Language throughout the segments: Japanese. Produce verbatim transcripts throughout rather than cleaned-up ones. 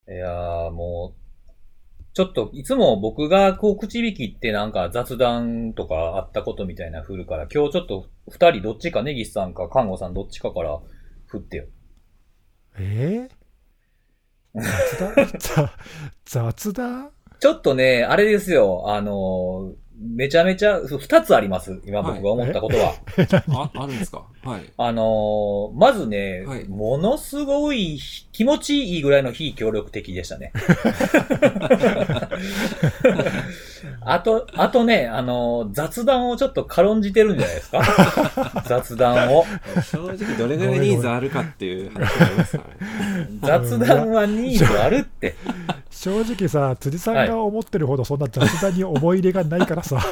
いやーもう、ちょっといつも僕がこう口引きってなんか雑談とかあったことみたいな振るから、今日ちょっと二人どっちか、根岸さんか看護さんどっちかから振ってよ。 えー、雑談ざ雑談ちょっとね、あれですよ、あのーめちゃめちゃ、二つあります。今はい。 僕が思ったことは。 あ、あるんですか？はい。 あのーまずね、 はい。 ものすごい気持ちいいぐらいの非協力的でしたね。あと、あとね、あのー雑談をちょっと軽んじてるんじゃないですか？雑談を。 正直どれぐらいごめんごめん。 ニーズあるかっていう話になりますからね。 雑うん、いや、 談はニーズあるって。 正直さ、辻さんはい。 が思ってるほどそんな雑談に思い入れがないからさ、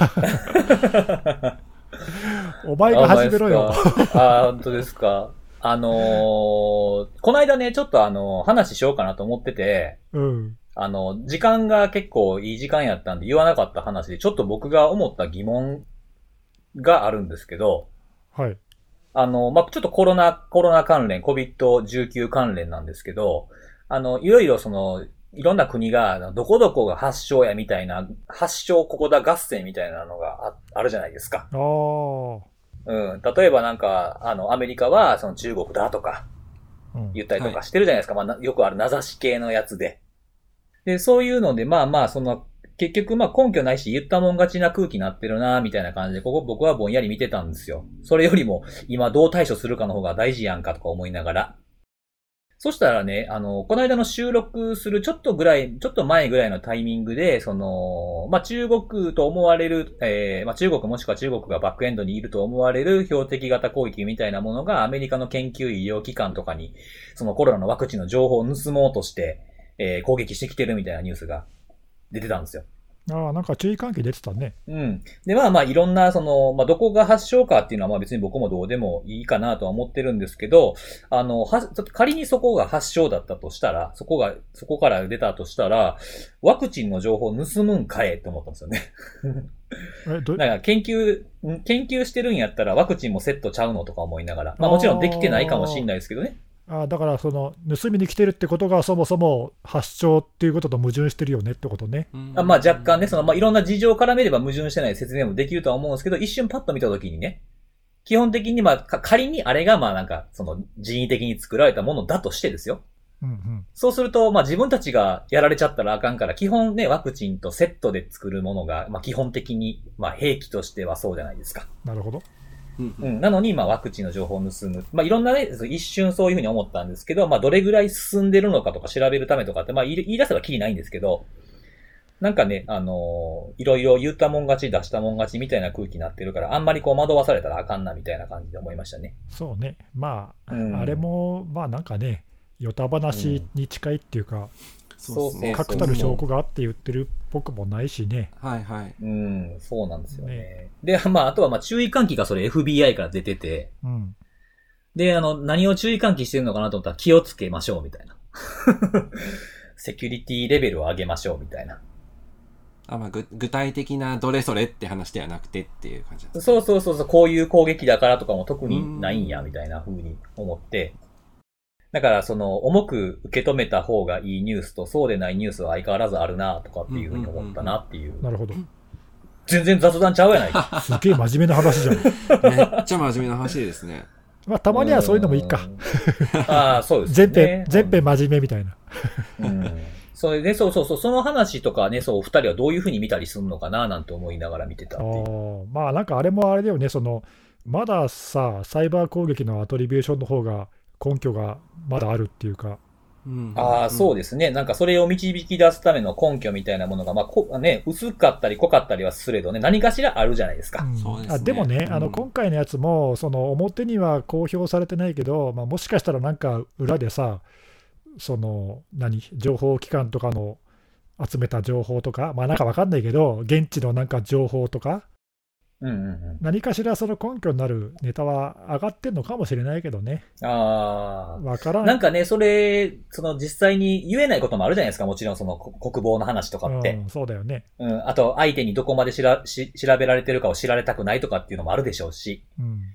お前あ、 がお前です始めろよ。 か？あ、本当ですか？あのーこの間ね、ちょっとあの、話しようかなと思ってて、 うん。 あの、時間が結構いい時間やったんで言わなかった話で、ちょっと僕が思った疑問があるんですけど、 はい。 あの、まあ、ちょっとコロナ、コロナ関連、コビッドじゅうきゅう 関連なんですけど、あの、いろいろその、いろんな国が、どこどこが発祥やみたいな、発祥ここだ合戦みたいなのがああるじゃないですか。 ああ。 うん。例えばなんか、あの、アメリカはその中国だとかうん。 言ったりはい。 とかしてるじゃないですか。まあ、なよくある名指し系のやつで。で、そういうので、まあまあ、その、結局、まあ根拠ないし、言ったもん勝ちな空気になってるな、みたいな感じで、ここ僕はぼんやり見てたんですよ。それよりも、今どう対処するかの方が大事やんかとか思いながら。そしたらね、あの、この間の収録するちょっとぐらい、ちょっと前ぐらいのタイミングで、その、まあ、中国と思われる、えー、まあ、中国もしくは中国がバックエンドにいると思われる標的型攻撃みたいなものがアメリカの研究医療機関とかに、そのコロナのワクチンの情報を盗もうとして、えー、攻撃してきてるみたいなニュースが出てたんですよ。 ああ、なんか注意喚起出てたね。 うん。で、まあまあ、いろんな、その、まあ、どこが発祥かっていうのは、まあ別に僕もどうでもいいかなとは思ってるんですけど、あの、は、ちょっと仮にそこが発祥だったとしたら、そこが、そこから出たとしたら、ワクチンの情報を盗むんかえって思ったんですよね。 え、ど、 だから研究、ん研究してるんやったらワクチンもセットちゃうのとか思いながら、まあもちろんできてないかもしれあないですけどね。 あ、あ、だからその盗みに来てるってことがそもそも発祥っていうことと矛盾してるよねってことね。 うーあまあ若干ね、その、まあいろんなん。 事情から見れば矛盾してない説明もできるとは思うんですけど、一瞬パッと見たときにね、基本的にまあ、仮にあれがまあなんか、その人為的に作られたものだとしてですよ。 うんうん。 そうすると、まあ自分たちがやられちゃったらあかんから、基本ね、ワクチンとセットで作るものが、まあ基本的に、まあ兵器としてはそうじゃないですか。 なるほど。 うんうん。 うん。なのに、まあワクチンの情報を盗む。まあいろんなね、一瞬そういうふうに思ったんですけど、まあどれぐらい進んでるのかとか調べるためとかって、まあ言い出せばきりないんですけど、なんかね、あのーいろいろ言ったもん勝ち出したもん勝ちみたいな空気になってるから、あんまりこう惑わされたらあかんなみたいな感じで思いましたね。 そうね。まうあ、あれん。 も、まあなんかね、ヨタ話うん。 に近いっていうか、 そうですね。 そうそう確そうそたる証拠があって言ってるっぽくもないしね。 はいはい。 う。うん、そうなんですよね。 ね。で、まあ、あとはまあ注意喚起がそれ エフビーアイ から出てて、 うん。 で、あの、何を注意喚起してるのかなと思ったら気をつけましょうみたいな。セキュリティレベルを上げましょうみたいな。 あ、まあ、ぐ、具体的などれそれって話ではなくてっていう感じなんですかね。 そうそうそうそう、こういう攻撃だからとかも特うーにないんや、 ん。 みたいな風に思って。だから、その、重く受け止めた方がいいニュースと、そうでないニュースは相変わらずあるな、とかっていう風にうんうんうん思ったなっていう。 なるほど。 全然雑談ちゃうやないか。 すげえ真面目な話じゃん。 うん。めっちゃ真面目な話ですね。 まあ、たうまにはそういうのもいいか。 ーん。ああ、そうですよ全編、 ね。 全編真面目みたいな。 うん。それで、そうそうそう、その話とかね、そう、お二人はどういう風に見たりするのかな、なんて思いながら見てたあっていう。 あ、まあなんかあれもあれだよね、その、まださ、サイバー攻撃のアトリビューションの方が根拠がまだあるっていうか、 うんうんああ、 うん。 そうですね。なんかそれを導き出すための根拠みたいなものが、まあ、こ、ね、薄かったり濃かったりはすれどね、何かしらあるじゃないですか。 うん、 そうであすね。 でもね、あのうん。 今回のやつも、その表には公表されてないけど、まあ、もしかしたらなんか裏でさ、その何、情報機関とかの集めた情報とか、まあなんかわかんないけど、現地のなんか情報とか、 うんうんうん。 何かしらその根拠になるネタは上がってんのかもしれないけどね、 ああ。 わからん、 なんかね、それ、その実際に言えないこともあるじゃないですか。もちろんそのこ国防の話とかって。 うん、そうだよね。 うん。あと、相手にどこまでしらし調べられてるかを知られたくないとかっていうのもあるでしょうし。 うん、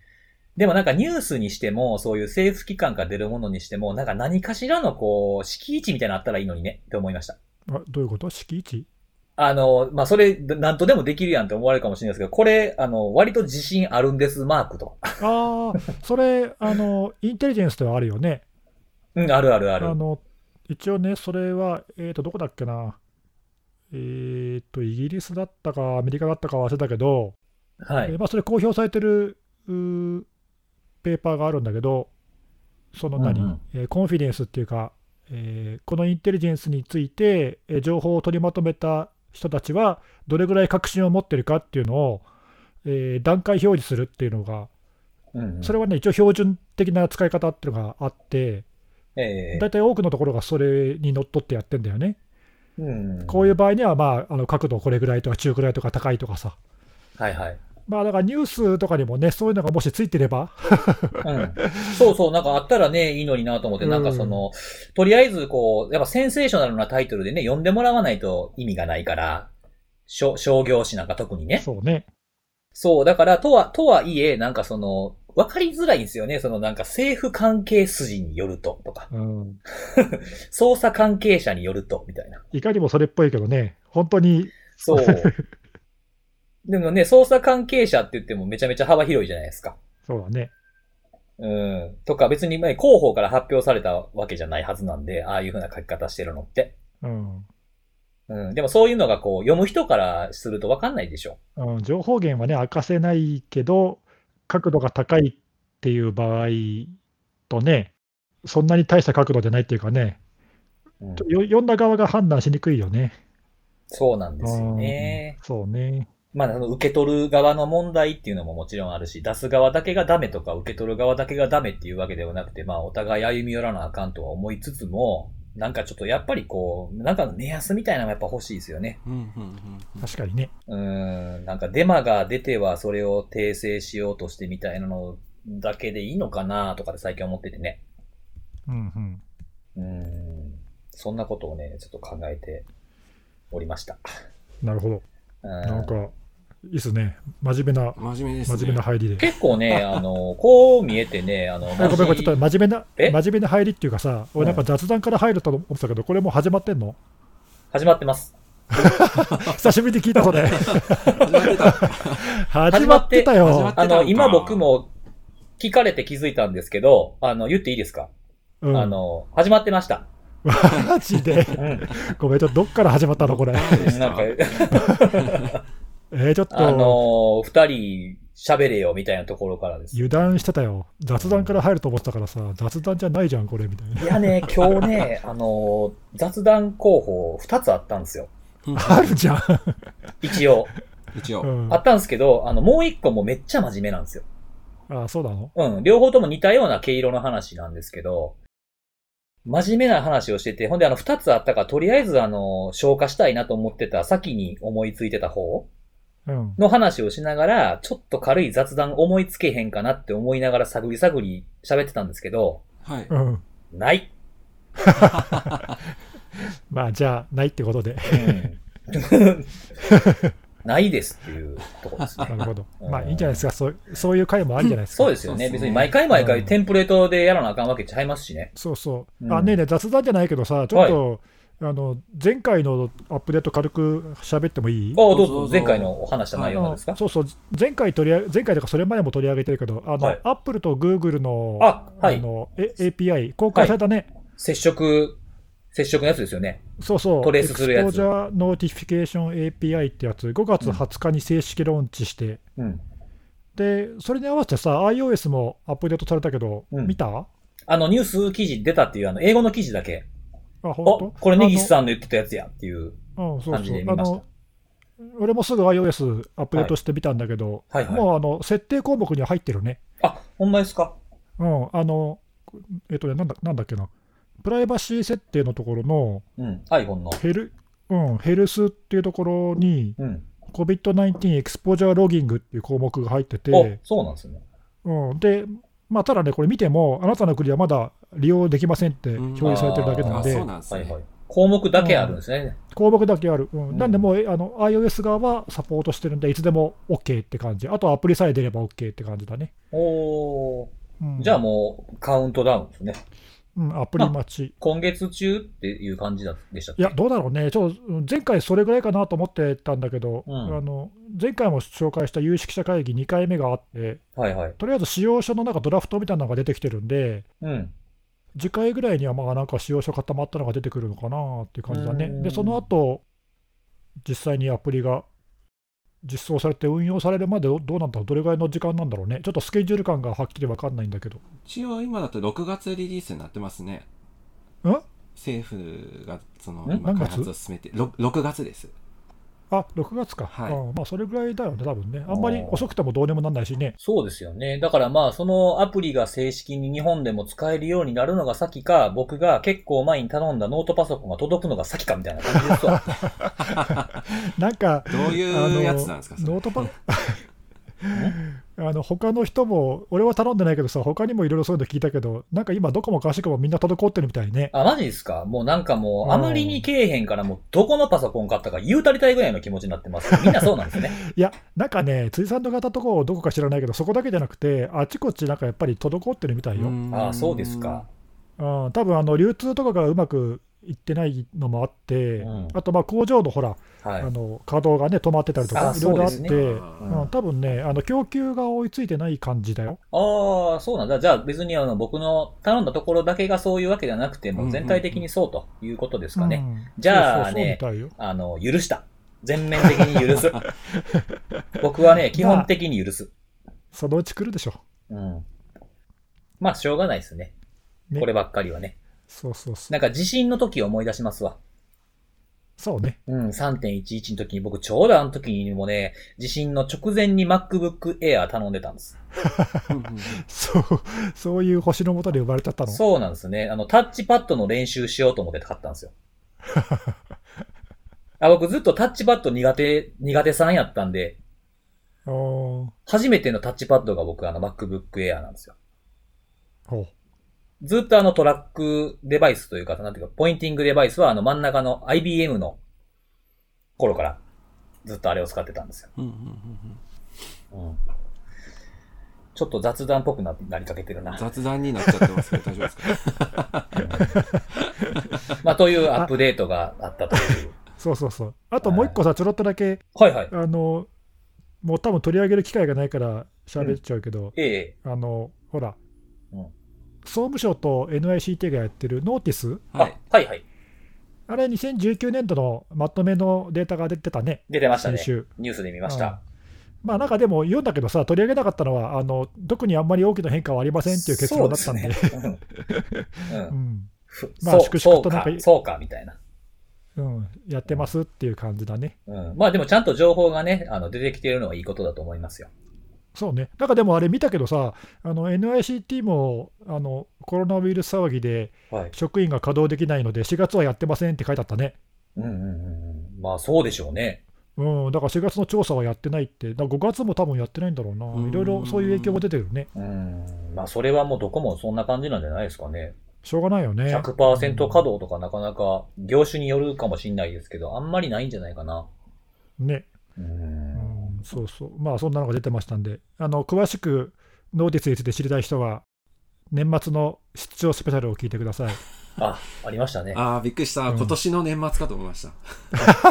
でもなんかニュースにしても、そういう政府機関から出るものにしても、なんか何かしらのこう、敷地みたいなのあったらいいのにね、って思いました。 あ、どういうこと？敷地？ あの、まあ、それ、なんとでもできるやんって思われるかもしれないですけど、これ、あの、割と自信あるんですマークとか。 ああ、それ、あの、インテリジェンスではあるよね。 うん、あるあるある。 あの、一応ね、それは、えっと、どこだっけな。えっと、イギリスだったか、アメリカだったか忘れたけど、 はい。 えーまあ、それ公表されてるうーペーパーがあるんだけど、その何、 うんうん。 えーコンフィデンスっていうか、えーこのインテリジェンスについて、えー情報を取りまとめた人たちは、どれぐらい確信を持ってるかっていうのを、えー段階表示するっていうのが、 うんうん。 それはね、一応標準的な使い方っていうのがあって、 ええ大体多くのところがそれにのっとってやってんだよね。 うん。 こういう場合には、まあ、あの角度これぐらいとか中くらいとか高いとかさ。 はいはい。 まあだからニュースとかにもね、そういうのがもしついてれば、 うん。そうそう、なんかあったらね、いいのになと思って、 うなんかそん、 の、とりあえずこう、やっぱセンセーショナルなタイトルでね、読んでもらわないと意味がないから、商商業誌なんか特にね。 そうね、 そう、だから、とは、とはいえ、なんかその、わかりづらいんですよね。そのなんか政府関係筋によると、とか、 うん、 捜査関係者によると、みたいな。 いかにもそれっぽいけどね、本当に、そそう。でもね、捜査関係者って言ってもめちゃめちゃ幅広いじゃないですか。 そうだね、 うん。とか別にね、広報から発表されたわけじゃないはずなんで、ああいう風な書き方してるのって。 うん、 うん。でもそういうのがこう、読む人からするとわかんないでしょ。 うん、情報源はね、明かせないけど、角度が高いっていう場合とね、そんなに大した角度じゃないっていうかね、 うん。 ちょよ読んだ側が判断しにくいよね。 そうなんですようん、 ね。 そうね。 まあ、あの、受け取る側の問題っていうのももちろんあるし、出す側だけがダメとか、受け取る側だけがダメっていうわけではなくて、まあ、お互い歩み寄らなあかんとは思いつつも、なんかちょっとやっぱりこう、なんかの目安みたいなのがやっぱ欲しいですよね。 うんうんうんうん。 確かにね。 うーん、なんかデマが出てはそれを訂正しようとしてみたいなのだけでいいのかなとかで最近思っててね。 うんうーん、そんなことをね、ちょっと考えておりました。 うん、なるほど。 うなんか、 ん、 いいっすね。真面目な、 真面目です真面目なね。 入りで。 結構ね、あの、こう見えてね、あの、 え、 マごめん、これちょっとジ、 真面目な、 え真面目な入りっていうかさ、俺なんかうん、 雑談から入ると思ってたけど、これもう始まってんの？ 始まってます。 久しぶりに聞いた、それ。 始まってた。 始まってたよ。 始まってあの、 たんか。 今僕も聞かれて気づいたんですけど、あの、言っていいですか？ うん。 あの、始まってました。 マジで。 うん。 ごめん、ちょっとどっから始まったの、これ。 どっからでなんか、 すか？ えー、ちょっあと、 の、二人喋れよみたいなところからです。 油断してたよ。 うん、 雑談から入ると思ってたからさ、雑談じゃないじゃん、これ、みたいな。 いやね、今日ね、あの、雑談候補二つあったんですよ。 あるじゃん。 一応。 一応。 うん。 あったんですけど、あの、もう一個もめっちゃ真面目なんですよ。 あ、そうなの？ うん。両方とも似たような毛色の話なんですけど、真面目な話をしてて、ほんであの二つあったから、とりあえずあの、消化したいなと思ってた、先に思いついてた方うん。 の話をしながら、ちょっと軽い雑談思いつけへんかなって思いながら探り探り喋ってたんですけど、 はい。 うん。 ない。 まあ、じゃあ、ないってことで。 うん。ないですっていうところですね。 なるほど。 うまあ、いいんじゃないですん。 か。そう、そういう回もありじゃないですか。 そうですよね。 そうっすね。 別に毎回毎回うん。 テンプレートでやらなあかんわけちゃいますしね。 そうそう。あ、ねえねうん。 え、雑談じゃないけどさ、ちょっはい。あと、あの、前回のアップデート軽く喋ってもいい？ あ、どうぞ。 どうぞどう前回ぞ。 のお話した内はい。 あの、 容なんですか？ そうそう、前回取り上げ、前回とかそれ前も取り上げてるけど、あの、 はい。 アップルとグーグルの、 あ、はい。 あの、え エーピーアイ 公はい。 開されたね。 接触、接触のやつですよね。 そうそう、エトレースクスポージするやつ。 ャーノーティフィケーション エーピーアイ ってやつ、ごがつうん。 はつかに正式ローンチして、 うん。 で、それに合わせてさ、iOS もアップデートされたけど、 うん。 見た？あ、 あの、ニュース記事出たっていう、あの、英語の記事だけ。お、 本当？ これネギスあの、 さんの言ってたやつやっていううん、そう感じそう。あで見ました。 の、俺もすぐ iOS アップデーはい。 トしてみたんだけど、 はいはい。 もうあの設定項目には入ってるね。 あ、ほんまですか？ うん、あの、えっとね、なんだ、なんだっけな、プライバシー設定のところのうん。iPhone の。 ヘル、うん、ヘルスっていうところに、 うん。 コビッドナインティーン エクスポージャーロギングっていう項目が入ってお、 て、 そうなんですね。 うん、で、まあ、ただね、これ見ても、あなたの国はまだ利用できませんってうー表示されてるだけなん。あ、そうんで、 なんですね。 はいはい。 項目だけあるんですね。 項目だけある。うん、 うんなんでもうえあの iOS 側はサポートしてるんで、いつでも OK って感じ。あとはアプリさえ出れば OK って感じだね。 おー。 うん、 じゃあもうカウントダウンですね。 うん、アプリ待ち。 今月中っていう感じでしたっけ？ いや、どうだろうね。ちょっと前回それぐらいかなと思ってたんだけど、 うんあの前回も紹介した有識者会議にかいめがあって、 はいはい。 とりあえず使用書のなんかドラフトみたいなのが出てきてるんで、 うん。 次回ぐらいにはまあなんか使用書固まったのが出てくるのかなっていう感じだね。 うんで、その後実際にアプリが実装されて運用されるまでどどうなんだろう、どれぐらいの時間なんだろうね。ちょっとスケジュール感がはっきり分かんないんだけど。 一応今だとろくがつリリースになってますね。 ん政府がそのん今開何月発を進めて、ろろくがつです。 あ、ろくがつか。 はいあまあそれぐらいだよね、多分ね。あんまり遅くてもどうにもなんないしね。 そうですよね。だからまあ、そのアプリが正式に日本でも使えるようになるのが先か、僕が結構前に頼んだノートパソコンが届くのが先かみたいな感じですわ。 なんか、 どういうやつなんですか、それ。 ノートパあの他の人も、俺は頼んでないけどさ、他にもいろいろそういうの聞いたけど、なんか今、どこもかしこもみんな滞ってるみたいね。 あ、マジですか？もうなんかもう、 うんあまりにけえへんからもう、どこのパソコン買ったか言うたりたいぐらいの気持ちになってます。みんなそうなんですね。 いや、なんかね、辻さんの方とこどこか知らないけど、そこだけじゃなくて、あちこちなんかやっぱり滞ってるみたいよ。 ああ、そうですか。 うん、多分あの流通とかがうまくいってないのもあって、 うんあとまあ工場のほら、 はい。 あの稼働がね、止まってたりとあか、いろいろあって、 そうですねうん、多分ね、あの供給が追いついてない感じだよ。 ああ、そうなんだ。じゃあ別にあの僕の頼んだところだけがそういうわけではなくて、もう全体的にそうということですかね。 うんじゃあねそうそうそうみたいよ。 あの、許した。全面的に許す。僕はね、基本的に許す。 そのうち来るでしょ。 うん。まあ、しょうがないですね。 ねこればっかりはね。 そうそうそう。 なんか地震の時を思い出しますわ。 そうね。 うん、さんてんいちいちの時に僕ちょうどあの時にもね、地震の直前に MacBook Air 頼んでたんです。 そう、そういう星の下で生まれちゃったの。 そうなんですね。あの、タッチパッドの練習しようと思って買ったんですよ。あ、僕ずっとタッチパッド苦手、苦手さんやったんで、 おー初めてのタッチパッドが僕あの MacBook Air なんですよ。 ほうずっとあのトラックデバイスというか、なんていうか、ポインティングデバイスはあの真ん中の アイビーエム の頃からずっとあれを使ってたんですよ。 うんうんうんうん。ちょっと雑談っぽくななりかけてるな。 雑談になっちゃってますけど大丈夫ですか？ まあ、というアップデートがあったという。 そうそうそう。あともう一個さ、ちょろっとだけ、 はいはい。 あの、もう多分取り上げる機会がないから喋っちゃうけど、 ええ。 あの、ほら、 うん総務省と エヌアイシーティー がやってるノーティス、 あ、 ははいいはい。 あれにせんじゅうきゅうねんどのまとめのデータが出てたね。 出てましたね先週。 ニュースで見ました。 まあなんかでも読んだけどさ、取り上げなかったのは、あの特にあんまり大きな変化はありませんっていう結論だったんで、 そうですねうんううんんふまあそう粛々となんかそうか、そうか、みたいな。 うん、やってますっていう感じだね。 うん。まあでもちゃんと情報がね、あの出てきているのはいいことだと思いますよ。 そうね。なんかでもあれ見たけどさ、あの エヌアイシーティー もあのコロナウイルス騒ぎではい。 職員が稼働できないので、しがつはやってませんって書いてあったね。 うんうんうんうん。まあそうでしょうね。 うん、だからしがつの調査はやってないって、だからごがつも多分やってないんだろうな、 うんいろいろそういう影響も出てるね。 うん。まあそれはもうどこもそんな感じなんじゃないですかね。 しょうがないよね。 ひゃくパーセント稼働とかなかなか業種によるかもしれないですけど、あんまりないんじゃないかな。 ね、 う。 うんん、そうそう、まあそんなのが出てましたんで、あの詳しくノーティスについて知りたい人は、年末の出張スペシャルを聞いてください。 あ、ありましたね。 ああびっくりした、 うん今年の年末かと思いました。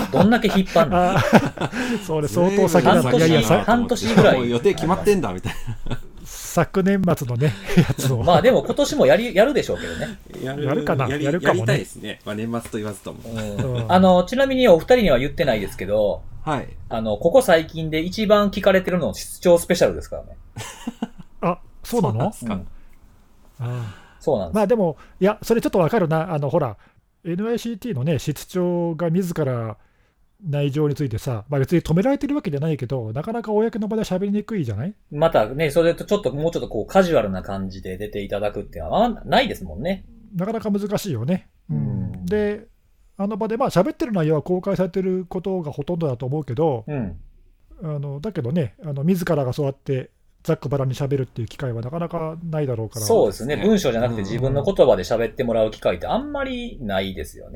どんだけ引っ張んのあーそれ相当先だな。 半年いやいや、さ半年ぐらいもう予定決まってんだみたい昨年末のね、やつを。 まあでも今年もやり、やるでしょうけどね。 な。ややるかなやりやるかもねやりたいですね。まあ年末と言わずとも。 うんうんあの、ちなみにお二人には言ってないですけど、 はい。 あの、ここ最近で一番聞かれてるの出張スペシャルですからね。 あ、そうなのすかうんあそうなんです。 ーまあでも、いや、それちょっとわかるな。あの、ほら、エヌアイシーティー のね、室長が自ら内情についてさ、まあ、別に止められてるわけじゃないけど、なかなか公の場で喋りにくいじゃない？ またね、それとちょっともうちょっとこうカジュアルな感じで出ていただくっていうのはあんまないですもんね。 なかなか難しいよね。うんうんで、あの場で、まあ喋ってる内容は公開されてることがほとんどだと思うけど、 うん。 あのだけどね、あの自らがそうやってざっくばらんに喋るっていう機会はなかなかないだろうから、 そうですね。 ね文章じゃなくて自分の言葉で喋ってもらう機会ってあんまりないですよね。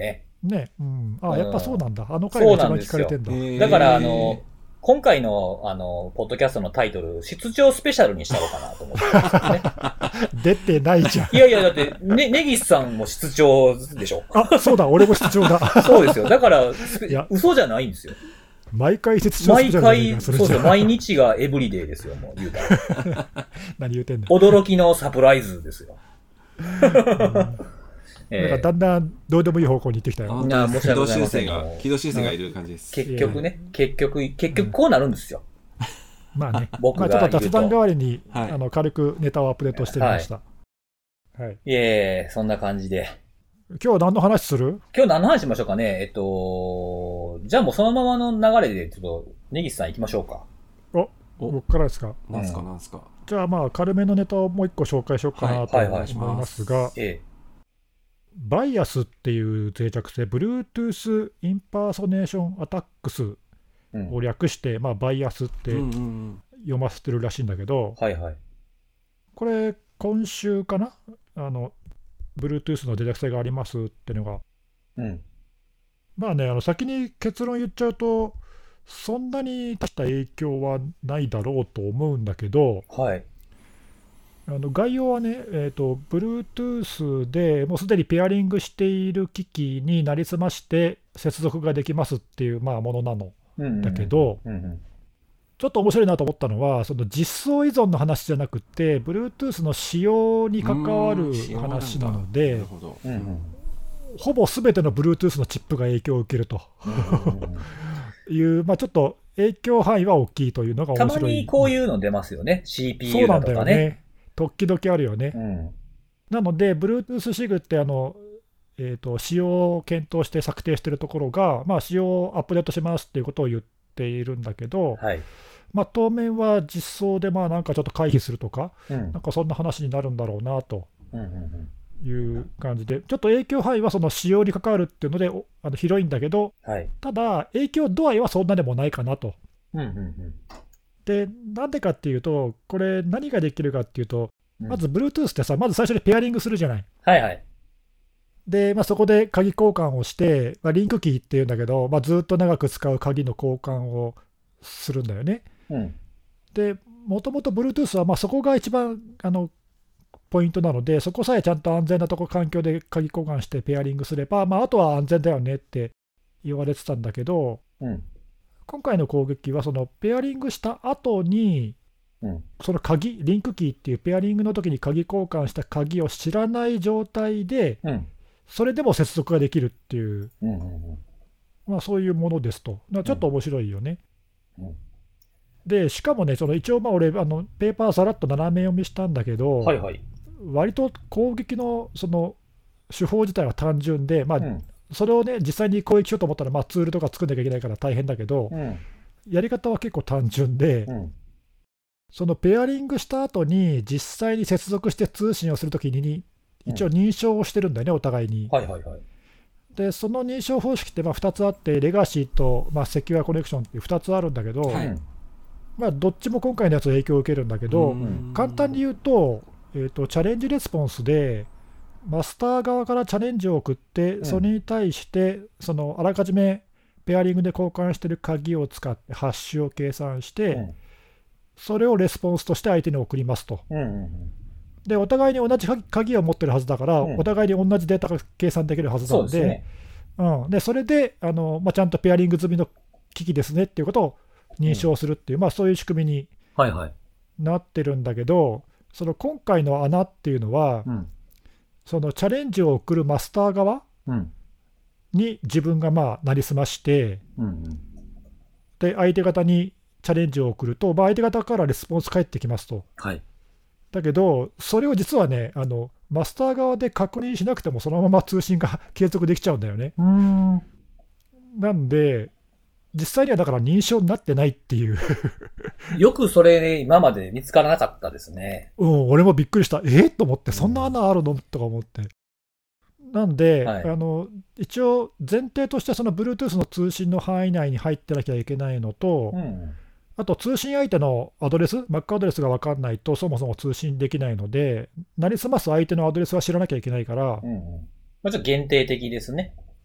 ね、うん、あ、 うんやっぱそうなんだ。あの回が一番聞かれてんだ。 へーだから、あの、今回の、あの、ポッドキャストのタイトル、出張スペシャルにしたのかなと思ってますね。 出てないじゃん。 いやいや、だって、ね、ネギスさんも出張でしょ。 あ、そうだ、俺も出張だ。 そうですよ。だから、スペいや嘘じゃないんですよ。 毎回出張する毎じゃないか、 回、 それじゃそうそう、毎日がエブリデイですよ、もう言うたら。 何言うてんだ。 驚きのサプライズですよ。 なんかだんだんどうでもいい方向に行ってきたよ。 本いや当です軌道申し訳ござい修正がませんもう軌道修正がいる感じです。 結局ね、結局、結局こうなるんですよ。 まあね、 僕がまあ、ちょっと雑談代わりに、 はいあの軽くネタをアップデートしてみました。はい、 いえ、そんな感じで。 今日何の話する？ 今日何の話しましょうかね。えっと、じゃあもうそのままの流れで、ちょっと、ネギスさん行きましょうか。 お、 お僕からですか。 なんすかなんすか。 じゃあまあ軽めのネタをもう一個紹介しようかなとはいはいはい思いますが、 ええ。 バイアスっていう脆弱性、Bluetooth Impersonation Attacks うんを略して、まあ、バイアスってうんうんうん。 読ませてるらしいんだけど、 はいはい。 これ、今週かな、あの Bluetooth の脆弱性がありますっていうのが、 うん。 まあね、あの先に結論言っちゃうと、そんなに大した影響はないだろうと思うんだけど、 はい。 あの概要はね、えーと、Bluetooth でもうすでにペアリングしている機器になりすまして接続ができますっていう、まあ、ものなのうんうんうんだけど、 うんうんちょっと面白いなと思ったのは、その実装依存の話じゃなくて、Bluetooth の使用に関わる話なのなでる、ほど。 うんうんほぼすべての Bluetooth のチップが影響を受けるという、まあ、ちょっと影響範囲は大きいというのがた面白い。 まにこういうの出ますよね。シーピーユーそうなんだだとかね。 よね。時々あるよね。 うん。 なので、Bluetooth シグってあの、えーと、使用を検討して策定しているところが、まあ、使用をアップデートしますっていうことを言っているんだけど、 はい。 まあ、当面は実装でまあなんかちょっと回避するとか、 うんなんかそんな話になるんだろうなとうんうんいう感じで、ちょっと影響範囲はその使用に関わるっていうのでおあの広いんだけど、 うん。はい。 ただ、影響度合いはそんなでもないかなと。 うんうんで、なんでかっていうと、これ、何ができるかっていうと、 うん。 まず Bluetooth ってさ、まず最初にペアリングするじゃない。 はいはい。 で、まあ、そこで鍵交換をして、まあ、リンクキーっていうんだけど、まあ、ずっと長く使う鍵の交換をするんだよね。 うん。 で、もともと Bluetooth はまあそこが一番あのポイントなので、そこさえちゃんと安全なとこ環境で鍵交換してペアリングすれば、まあ、あとは安全だよねって言われてたんだけど、 うん。 今回の攻撃はそのペアリングした後に、 うん。 その鍵、リンクキーっていうペアリングの時に鍵交換した鍵を知らない状態で、 うん。 それでも接続ができるっていう、 うんうんまあ、そういうものですと。だからちょっと面白いよね。 うんで、しかもね、その一応、まあ俺あの、ペーパーさらっと斜め読みしたんだけど、 はいはい。 割と攻撃のその手法自体は単純で、まあうん。 それをね、実際に攻撃しようと思ったら、まあ、ツールとか作んなきゃいけないから大変だけど、 うん。 やり方は結構単純で、 うん。 そのペアリングした後に、実際に接続して通信をするときに、一応認証をしてるんだよね、お互いに。 はいはいはい。 で、その認証方式ってまあふたつあって、レガシーと、まあ、セキュアコネクションっていうふたつあるんだけど、 はいうん。 まあ、どっちも今回のやつ影響を受けるんだけど、 うん簡単に言うと、えーと、チャレンジレスポンスで、マスター側からチャレンジを送って、 んそれに対して、そのあらかじめペアリングで交換している鍵を使ってハッシュを計算して、 うんそれをレスポンスとして相手に送りますと。 うんうんで、お互いに同じ鍵を持ってるはずだから、 うんお互いに同じデータが計算できるはずなそうので、 ですね。 うん、でそれであの、まあ、ちゃんとペアリング済みの機器ですねっていうことを認証するっていう、まあ、そういう仕組みにはいはい。 なってるんだけど、その今回の穴っていうのは、 うん。 そのチャレンジを送るマスター側うん。 に自分がまあなりすまして、 うんうん。 で相手方にチャレンジを送ると、まあ、相手方からレスポンス返ってきますと。 はい。 だけど、それを実はね、あのマスター側で確認しなくても、そのまま通信が継続できちゃうんだよね。 うん。 なんで、実際にはだから認証になってないっていう、 よくそれ、ね、今まで見つからなかったですね。 うん、俺もびっくりした、えと思って、そんな穴あるのとか思って。なんで、 はいあの一応、前提としてその Bluetooth の通信の範囲内に入ってなきゃいけないのと、 うん。 あと通信相手のアドレス、Mac アドレスが分かんないと、そもそも通信できないので、なりすます相手のアドレスは知らなきゃいけないから、 うんうん。まあ、ちょっと限定的ですね。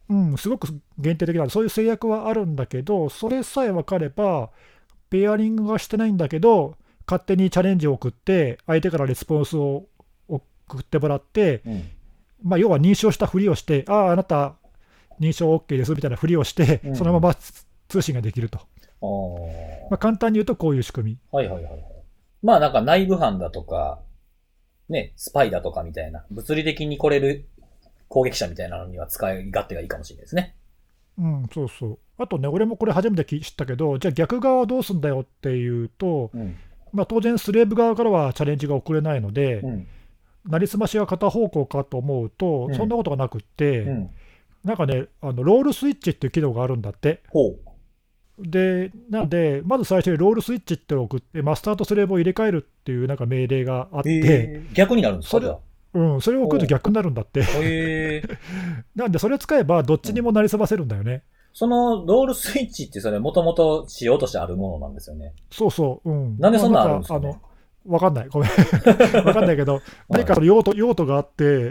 うん、すごく限定的な、そういう制約はあるんだけど、それさえ分かれば、ペアリングはしてないんだけど、勝手にチャレンジを送って、相手からレスポンスを送ってもらって、 うん。 まあ、要は認証したふりをして、ああ、あなた、認証 OK ですみたいなふりをして、 うんそのまま通信ができると。 ああ。 まあ、簡単に言うと、こういう仕組み。 はいはいはいはい。まあなんか内部犯だとか、ね、スパイだとかみたいな、物理的に来れる攻撃者みたいなのには使い勝手がいいかもしれないですね。 うん、そうそう。あとね、俺もこれ初めて知ったけど、じゃあ逆側はどうすんだよっていうと、 うん。 まあ、当然、スレーブ側からはチャレンジが送れないので、 うん。 なりすましが片方向かと思うと、 うんそんなことがなくって、 うん。 なんかね、あのロールスイッチっていう機能があるんだって。 ほう。 で、なんで、まず最初にロールスイッチって送って、マスターとスレーブを入れ替えるっていうなんか命令があって、 えー、逆になるんですかそれじゃあ。 うん、それを送ると逆になるんだって。 へえ。 なんで、それ使えばどっちにもなりすませるんだよね。 そのロールスイッチってそれもともとしようとしてあるものなんですよね。 そうそう。うん、 なんでそんなのあるんですかねまあなんかあのわかんない、ごめん、わかんないけど、何かその用途用途があって、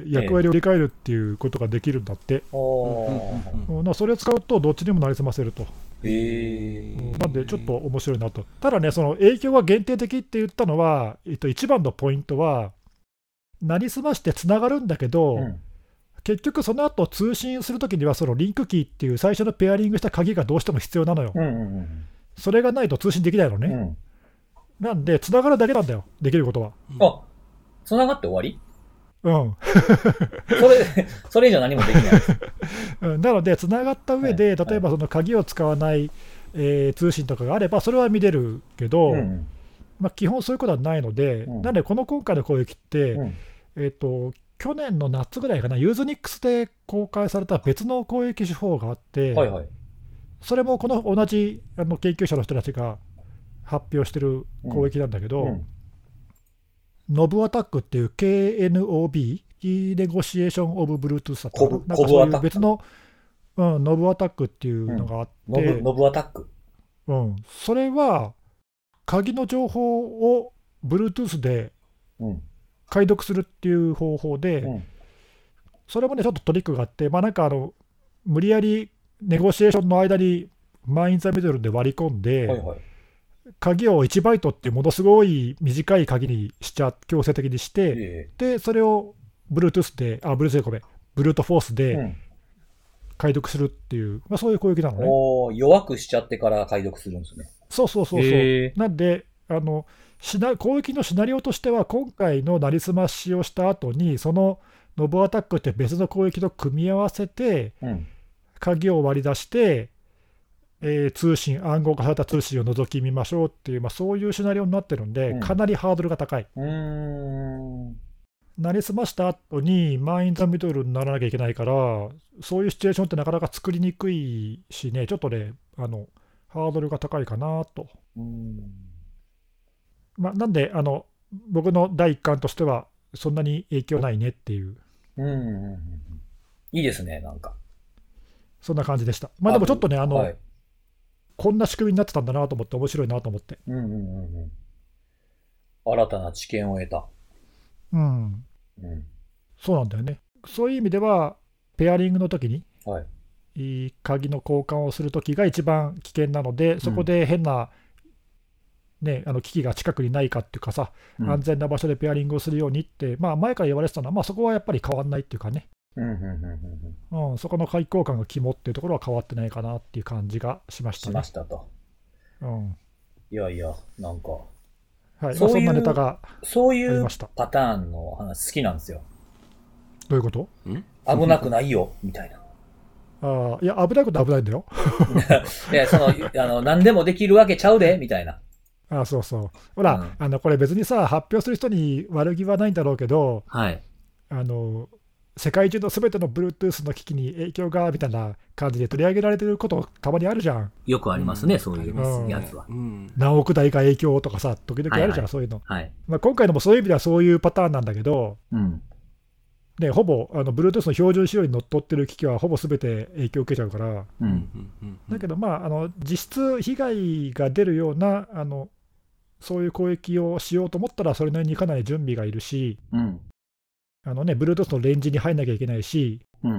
役割を入れ替えるっていうことができるんだって、 おー。 うんうんうんうん、だからそれを使うと、どっちにもなりすませると、 へえ。 なんでちょっと面白いなと、ただね、その影響が限定的って言ったのは、えっと、一番のポイントは、なりすましてつながるんだけど、 うん。 結局、その後通信するときには、そのリンクキーっていう最初のペアリングした鍵がどうしても必要なのよ、 うんうんそれがないと通信できないのね、 うん。うん。 なんで、つながるだけなんだよ、できることは。 あ、繋がって終わりうんそれ、それ以上何もできないです。 うんなので、つながった上で、 はい例えばその鍵を使わない、えー通信とかがあれば、それは見れるけど、 うんまあ、基本そういうことはないので、 うんなので、この今回の攻撃って、 うん。 えーと、去年の夏ぐらいかな、ユーズニックスで公開された別の攻撃手法があって、 はいはい。 それもこの同じあの研究者の人たちが発表してる攻撃なんだけど、 うん。 ノブアタックっていう ケーエヌオービー、キーネゴシエーション・オブ・ブルートゥースだったかな、 コブなんかそういコブアタックう別の、うん、ノブアタックっていうのがあって、 ノブ、ノブアタック。 うん、それは鍵の情報を Bluetooth でうん。 解読するっていう方法で、 うん。 それもね、ちょっとトリックがあって、まあ、なんかあの無理やりネゴシエーションの間にマイン・ザ・ミドルで割り込んで、 はいはい。 鍵をいちバイトっていうものすごい短い鍵にしちゃ強制的にして、 えでそれを Bluetooth で、あ、Bluetooth でごめん、ブルートフォースえ。うでん。 解読するっていう、まあ、そういう攻撃なのね。 おー、弱くしちゃってから解読するんですね。 そうそうそうそう。 へーなんであのシナ、攻撃のシナリオとしては、今回のなりすましをした後に、そのノブアタックって別の攻撃と組み合わせて、 うん。 鍵を割り出して、えー通信、暗号化された通信を覗き見ましょうっていう、まあ、そういうシナリオになってるんで、 うんかなりハードルが高い。 うーん。 なりすました後に、マイン・ザ・ミドルにならなきゃいけないから、そういうシチュエーションってなかなか作りにくいしね、ちょっとね、あのハードルが高いかなと。 うーん。 まあ、なんであの、僕の第一感としては、そんなに影響ないねっていう、 うんうんうんうん。いいですね、なんか。 そんな感じでした。まあ、でもちょっとね、あのはい。 こんな仕組みになってたんだなと思って、面白いなと思って。 うんうんうんうん。新たな知見を得た。 うん、 うん。 そうなんだよね。そういう意味では、ペアリングの時に、 はい。 いい鍵の交換をするときが一番危険なので、そこで変な、ね、あの機器が近くにないかっていうかさ、 うん安全な場所でペアリングをするようにって、まあ、前から言われてたのは、まあ、そこはやっぱり変わんないっていうかね、 うんうんうんうんうん。 うん、そこの鍵交換が肝っていうところは変わってないかなっていう感じがしましたねしま。したと。 うんいやいや、なんか、 はい、 そういうまあ、そんなネタがそういうありましたパターンの話好きなんですよ。 どういうことん危なくないよ、みたいな。 あーいや、危ないことは危ないんだよ。 いや、その、あの、何でもできるわけちゃうで、みたいな。 あーそうそう。ほら、 うんあのこれ別にさ、発表する人に悪気はないんだろうけど、 はい。 あの世界中のすべての Bluetooth の機器に影響がみたいな感じで取り上げられてることたまにあるじゃん。 よくありますね、そういうありますねやつは。 うん。 何億台が影響とかさ、時々あるじゃん、 はいはいそういうの。 はい。 まあ、今回のもそういう意味ではそういうパターンなんだけど、 うん。 ね、ほぼあの Bluetooth の標準仕様にのっとってる機器はほぼすべて影響を受けちゃうから、 う。 うんんうんだけど、まあ、あの実質被害が出るようなあのそういう攻撃をしようと思ったら、それなりにかなり準備がいるし、 うん。 あのね、Bluetooth のレンジに入んなきゃいけないし、 うん。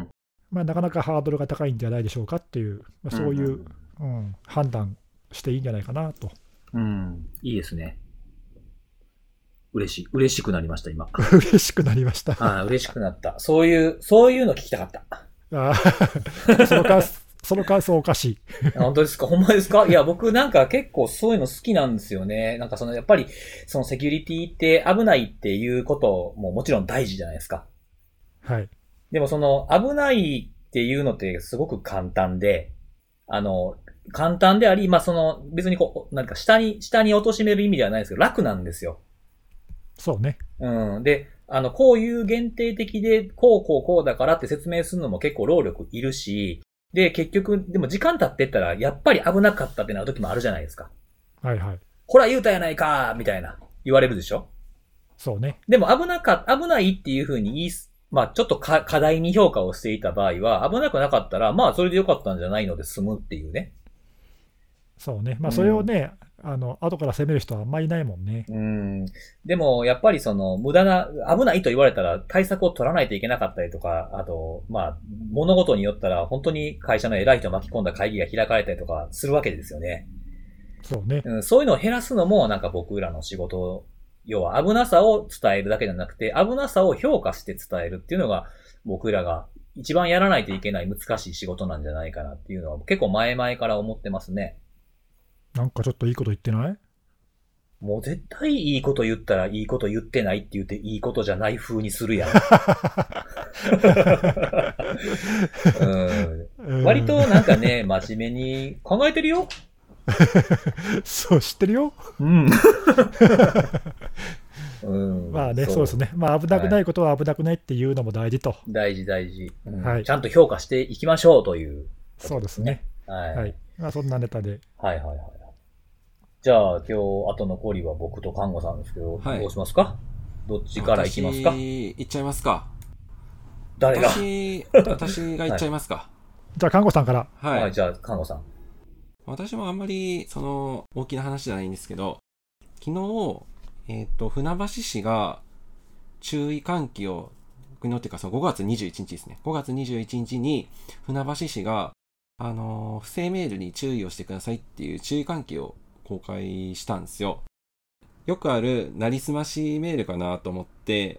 まあ、なかなかハードルが高いんじゃないでしょうかっていう、まあ、そういう、 うんうんうん、判断していいんじゃないかなと。 うん。いいですね。嬉しい。嬉しくなりました、今。 嬉しくなりました。 ああ、嬉しくなった。そういう、そういうの聞きたかった。 あその感その感想おかしい。 本当ですか？ほんまですか？いや、僕なんか結構そういうの好きなんですよね。なんかその、やっぱり、そのセキュリティって危ないっていうことももちろん大事じゃないですか。 はい。 でもその、危ないっていうのってすごく簡単で、あの、簡単であり、まあ、その、別にこう、なんか下に、下に貶める意味ではないですけど、楽なんですよ。 そうね。 うん。で、あの、こういう限定的で、こうこうこうだからって説明するのも結構労力いるし、で、結局、でも時間経ってったら、やっぱり危なかったってなる時もあるじゃないですか。 はいはい。 ほら言うたやないかみたいな、言われるでしょ？ そうね。 でも危なか、危ないっていうふうに言いす、まあちょっとか課題に評価をしていた場合は、危なくなかったら、まあそれでよかったんじゃないので済むっていうね。 そうね。まあ、それをね、うん、あの、後から責める人はあんまりいないもんね。 うん。でも、やっぱりその、無駄な、危ないと言われたら対策を取らないといけなかったりとか、あと、まあ、物事によったら本当に会社の偉い人を巻き込んだ会議が開かれたりとかするわけですよね。 そうね。 うん、そういうのを減らすのも、なんか僕らの仕事、要は危なさを伝えるだけじゃなくて、危なさを評価して伝えるっていうのが、僕らが一番やらないといけない難しい仕事なんじゃないかなっていうのは、結構前々から思ってますね。なんかちょっといいこと言ってない？ もう絶対いいこと言ったらいいこと言ってないって言っていいことじゃない風にするやん。うん、割となんかね、真面目に考えてるよ。 そう、知ってるよ。 うん。うん、 まあね、そう、そうですね。まあ危なくないことは危なくないっていうのも大事と。 大事大事、うんはい。 ちゃんと評価していきましょうという、 ね。そうですね。はい。はい。まあそんなネタで。 はいはいはい。じゃあ今日、あと残りは僕と看護さんですけど、はい、どうしますか？どっちから行きますか？ 私、行っちゃいますか。 誰が私、私が行っちゃいますか。はい、 じゃあ看護さんから。 はい。はい、じゃあ看護さん。 私もあんまり、その、大きな話じゃないんですけど、昨日、えっと、船橋市が注意喚起を、昨日っていうかそのごがつにじゅういちにちですね。ごがつにじゅういちにちに船橋市が、あの、不正メールに注意をしてくださいっていう注意喚起を公開したんですよ。よくあるなりすましメールかなと思って、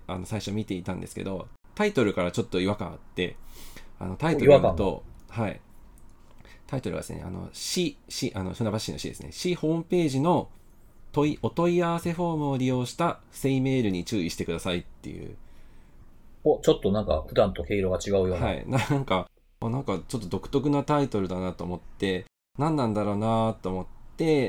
あの、最初見ていたんですけど、タイトルからちょっと違和感あって、あの、タイトルを読むと、はい。タイトルはですね、あの、市、市、あの、船橋市の市ですね。市ホームページの問い、お問い合わせフォームを利用した不正メールに注意してくださいっていう。 お、ちょっとなんか普段と毛色が違うような。 はい。なんか、なんかちょっと独特なタイトルだなと思って、何なんだろうなと思って、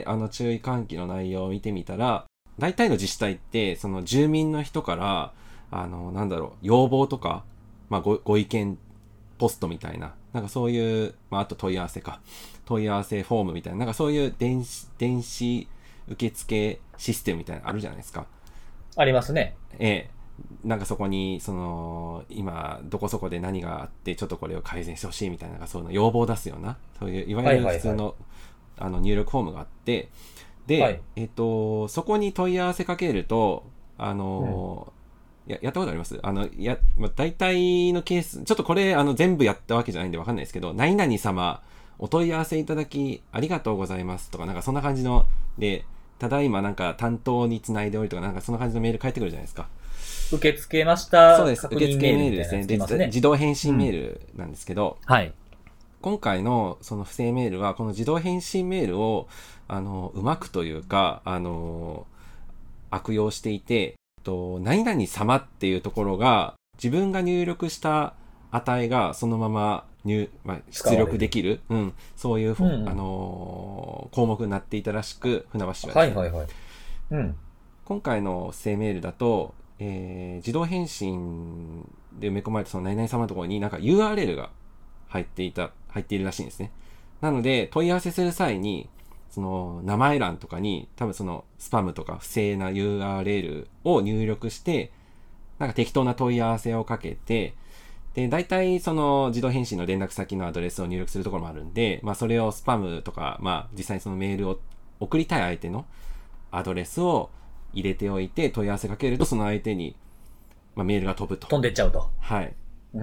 あの注意喚起の内容を見てみたら、大体の自治体って、その住民の人から、あの、なんだろう、要望とか、まあご、ご意見ポストみたいな、なんかそういう、まあ、あと問い合わせか。問い合わせフォームみたいな、なんかそういう電子、電子受付システムみたいなのあるじゃないですか。 ありますね。 ええ。なんかそこに、その、今、どこそこで何があって、ちょっとこれを改善してほしいみたいな、なんかそういうの要望を出すような、そういう、いわゆる普通の、はいはいはい、あの、入力フォームがあって、で、はい、えっと、そこに問い合わせかけると、あの、うん、や、やったことあります？あの、や、まあ、大体のケース、ちょっとこれ、あの、全部やったわけじゃないんでわかんないですけど、何々様、お問い合わせいただき、ありがとうございますとか、なんかそんな感じの、で、ただいまなんか担当につないでおりとか、なんかそんな感じのメール返ってくるじゃないですか。 受け付けました。 そうです。受付メールですね。で、自動返信メールなんですけど、 うん、はい。 今回のその不正メールは、この自動返信メールを、あの、うまくというか、あの、悪用していて、と、何々様っていうところが、自分が入力した値がそのまま入、まあ、出力できる、うん、そういう、うんうん、あのー、項目になっていたらしく、船橋市はですね。 はいはいはい。うん。 今回の不正メールだと、えー、自動返信で埋め込まれたその何々様のところになんか ユーアールエル が入っていた、入っているらしいんですね。なので、問い合わせする際に、その名前欄とかに多分そのスパムとか不正な ユーアールエル を入力して、なんか適当な問い合わせをかけて、で、大体その自動返信の連絡先のアドレスを入力するところもあるんで、まあそれをスパムとか、まあ実際にそのメールを送りたい相手のアドレスを入れておいて問い合わせかけるとその相手に、まあ、メールが飛ぶと。 飛んでっちゃうと。 はい。で、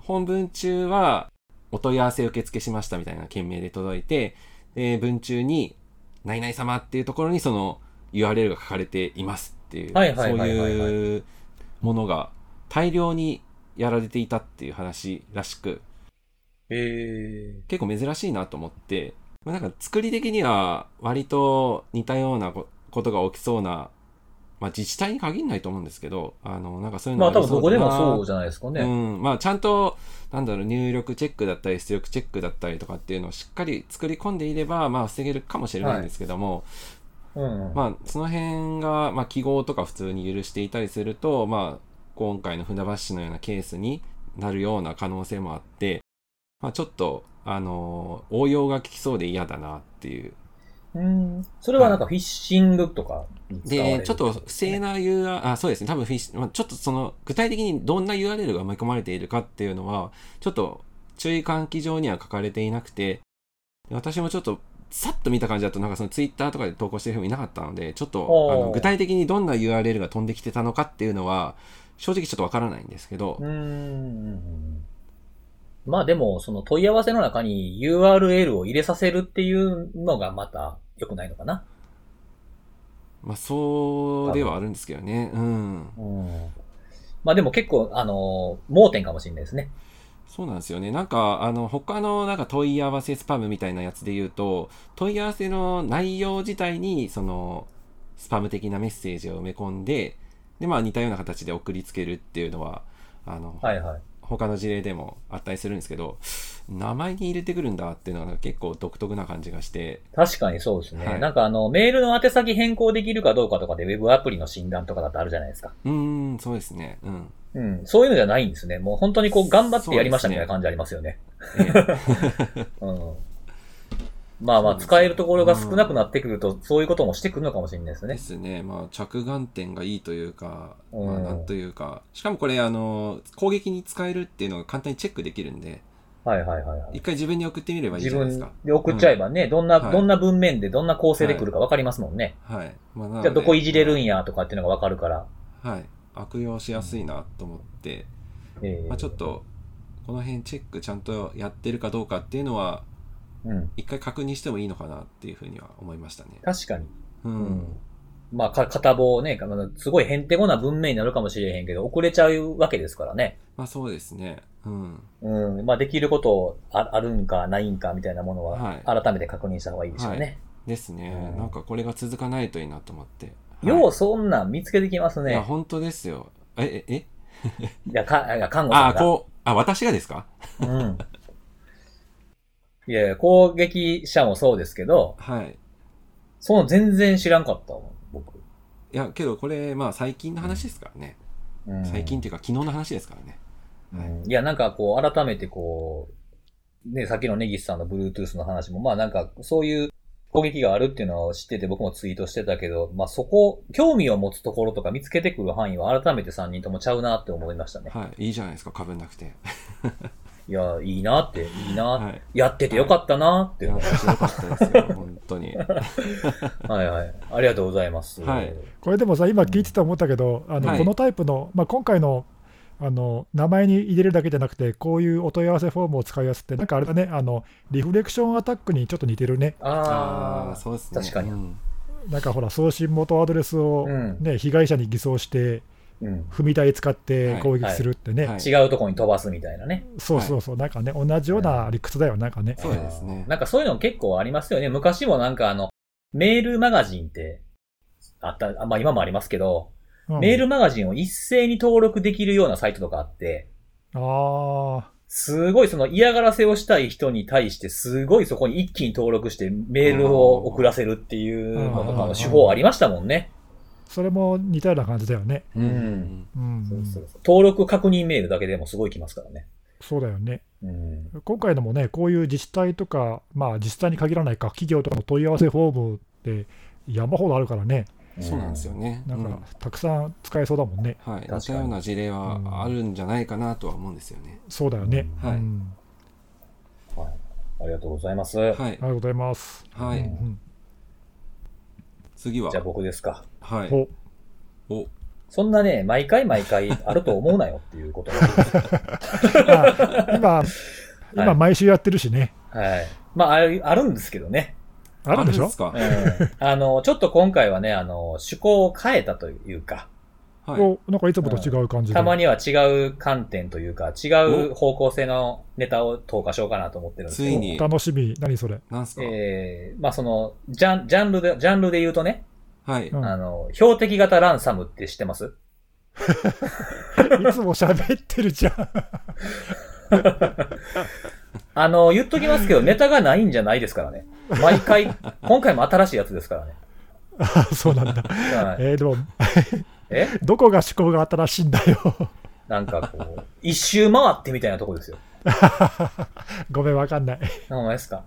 本文中はお問い合わせ受付しましたみたいな件名で届いて、で文中に何々様っていうところにその ユーアールエル が書かれていますっていう、 はいはいそうはいはいはいいうものが大量にやられていたっていう話らしく、 へー。 結構珍しいなと思って、まあ、なんか作り的には割と似たようなことが起きそうな、まあ、自治体に限らないと思うんですけど、あのなんかそういうのまあ多分どこでもなそうじゃないですかね。 うん、まあちゃんとなんだろう入力チェックだったり出力チェックだったりとかっていうのをしっかり作り込んでいればまあ防げるかもしれないんですけども、 うんうん、 まあその辺がまあ記号とか普通に許していたりすると、まあ今回の船橋市のようなケースになるような可能性もあって、まあちょっとあの応用が効きそうで嫌だなっていう。 うん、それはなんかフィッシングとかに使われる、 で、ちょっと不正な ユーアールエル、あ、そうですね、多分フィッシュ、まあ、ちょっとその、具体的にどんな ユーアールエル が埋め込まれているかっていうのは、ちょっと注意喚起上には書かれていなくて、私もちょっと、さっと見た感じだと、なんかそのツイッターとかで投稿してる人もいなかったので、ちょっと、あの具体的にどんな ユーアールエル が飛んできてたのかっていうのは、正直ちょっとわからないんですけど。 うーん。まあでも、その問い合わせの中に ユーアールエル を入れさせるっていうのがまた良くないのかな。 まあそうではあるんですけどね。うん。 うん、まあでも結構、あの、盲点かもしれないですね。 そうなんですよね。なんか、あの、他のなんか問い合わせスパムみたいなやつで言うと、問い合わせの内容自体に、その、スパム的なメッセージを埋め込んで、で、まあ似たような形で送りつけるっていうのは、あの、 はいはい。 他の事例でもあったりするんですけど、名前に入れてくるんだっていうのは結構独特な感じがして。 確かにそうですね。 はい、 なんかあの、メールの宛先変更できるかどうかとかで Web アプリの診断とかだとあるじゃないですか。 うーん、そうですね。うん。 うん。そういうのじゃないんですね。もう本当にこう頑張ってやりましたみたいな感じありますよね。うん。まあまあ、使えるところが少なくなってくると、そういうこともしてくるのかもしれないですね。 ですね。まあ、着眼点がいいというか、まあ、なんというか、しかもこれ、あの、攻撃に使えるっていうのが簡単にチェックできるんで、 はいはいはい、はい。 一回自分に送ってみればいいじゃないですか。 自分で送っちゃえばね、うん、どんな、 はい、 どんな文面でどんな構成で来るか分かりますもんね。 はい。はい、まあ、 じゃあどこいじれるんやとかっていうのが分かるから。 はい。悪用しやすいなと思って、うん、えー、まあちょっと、この辺チェックちゃんとやってるかどうかっていうのは、うん、一回確認してもいいのかなっていうふうには思いましたね。 確かに。 うん。うん、 まあ、か、片棒ね、すごいへんてこな文面になるかもしれへんけど、遅れちゃうわけですからね。 まあそうですね。うん。 うん。まあできることあ、あるんかないんかみたいなものは、改めて確認した方がいいでしょうね。はいはい、 ですね、うん。なんかこれが続かないといいなと思って。 はい、ようそんなん見つけてきますね。 いや、本当ですよ。え、え、えいや、か、いや、看護さんが。 あ、こう、あ、私がですか？ うん。いやいや、攻撃者もそうですけど、 はい。 その全然知らんかったもん、僕。 いや、けどこれ、まあ最近の話ですからね。うん、最近っていうか昨日の話ですからね。 はい、いや、なんかこう、改めてこう、ね、さっきのネギスさんの Bluetooth の話も、まあなんか、そういう攻撃があるっていうのを知ってて僕もツイートしてたけど、まあそこ、興味を持つところとか見つけてくる範囲は改めてさんにんともちゃうなって思いましたね。 はい。いいじゃないですか、被んなくて。 いや、いいなって、いいな、はい、やっててよかったなって思いました。 よかったですよ、本当に。 はいはい。ありがとうございます。 はい、これでもさ、今聞いてて思ったけど、あの、はい、このタイプの、まあ、今回の、あの名前に入れるだけじゃなくて、こういうお問い合わせフォームを使いやすって、なんかあれだね、あのリフレクションアタックにちょっと似てるね。 ああ、そうですね。確かに。うん、 なんかほら、送信元アドレスを、ね、うん、被害者に偽装して、うん、踏み台使って攻撃するってね、 はいはいはい、違うところに飛ばすみたいなね。 そうそうそう、なんかね、同じような理屈だよ、なんかね。 そうですね。 なんかそういうの結構ありますよね。昔もなんかあの、メールマガジンってあった、まあ今もありますけど、うん、メールマガジンを一斉に登録できるようなサイトとかあって、 あすごいその嫌がらせをしたい人に対してすごいそこに一気に登録してメールを送らせるっていうのとかの手法ありましたもんね。 それも似たような感じだよね。 うん。うん、そうそうそう、登録確認メールだけでもすごい来ますからね。 そうだよね。うん、今回のもね、こういう自治体とか、まあ自治体に限らないか、企業とかの問い合わせフォームって山ほどあるからね。 そうなんですよね。 なんか、たくさん使えそうだもんね。 はい。似たような事例はあるんじゃないかなとは思うんですよね。 そうだよね。 はい。 はい。ありがとうございます。 はい。ありがとうございます。 はい。うん、次は。 じゃあ僕ですか。 はい。お。 そんなね、毎回毎回あると思うなよっていうことなんですよ。 あ今、今毎週やってるしね。 はい。まあ、ある、あるんですけどね。 あるんでしょ？ あるんですか。 うん。あの、ちょっと今回はね、あの、趣向を変えたというか、 はい。 おなんかいつもと違う感じで。 たまには違う観点というか、違う方向性のネタを投下しようかなと思ってるんですけど。 ついに。 楽しみ。何それ。 なんすか。 えー、まあその、ジャン、ジャンルで、ジャンルで言うとね、 はい。 うんあの、標的型ランサムって知ってます？ いつも喋ってるじゃん。 あの、言っときますけど、ネタがないんじゃないですからね。毎回、今回も新しいやつですからね。 あ、そうなんだ。 はいえー、でも、 えどこが思考が新しいんだよ。 なんかこう、一周回ってみたいなとこですよ。 ごめん、わかんない。 ほんまですか？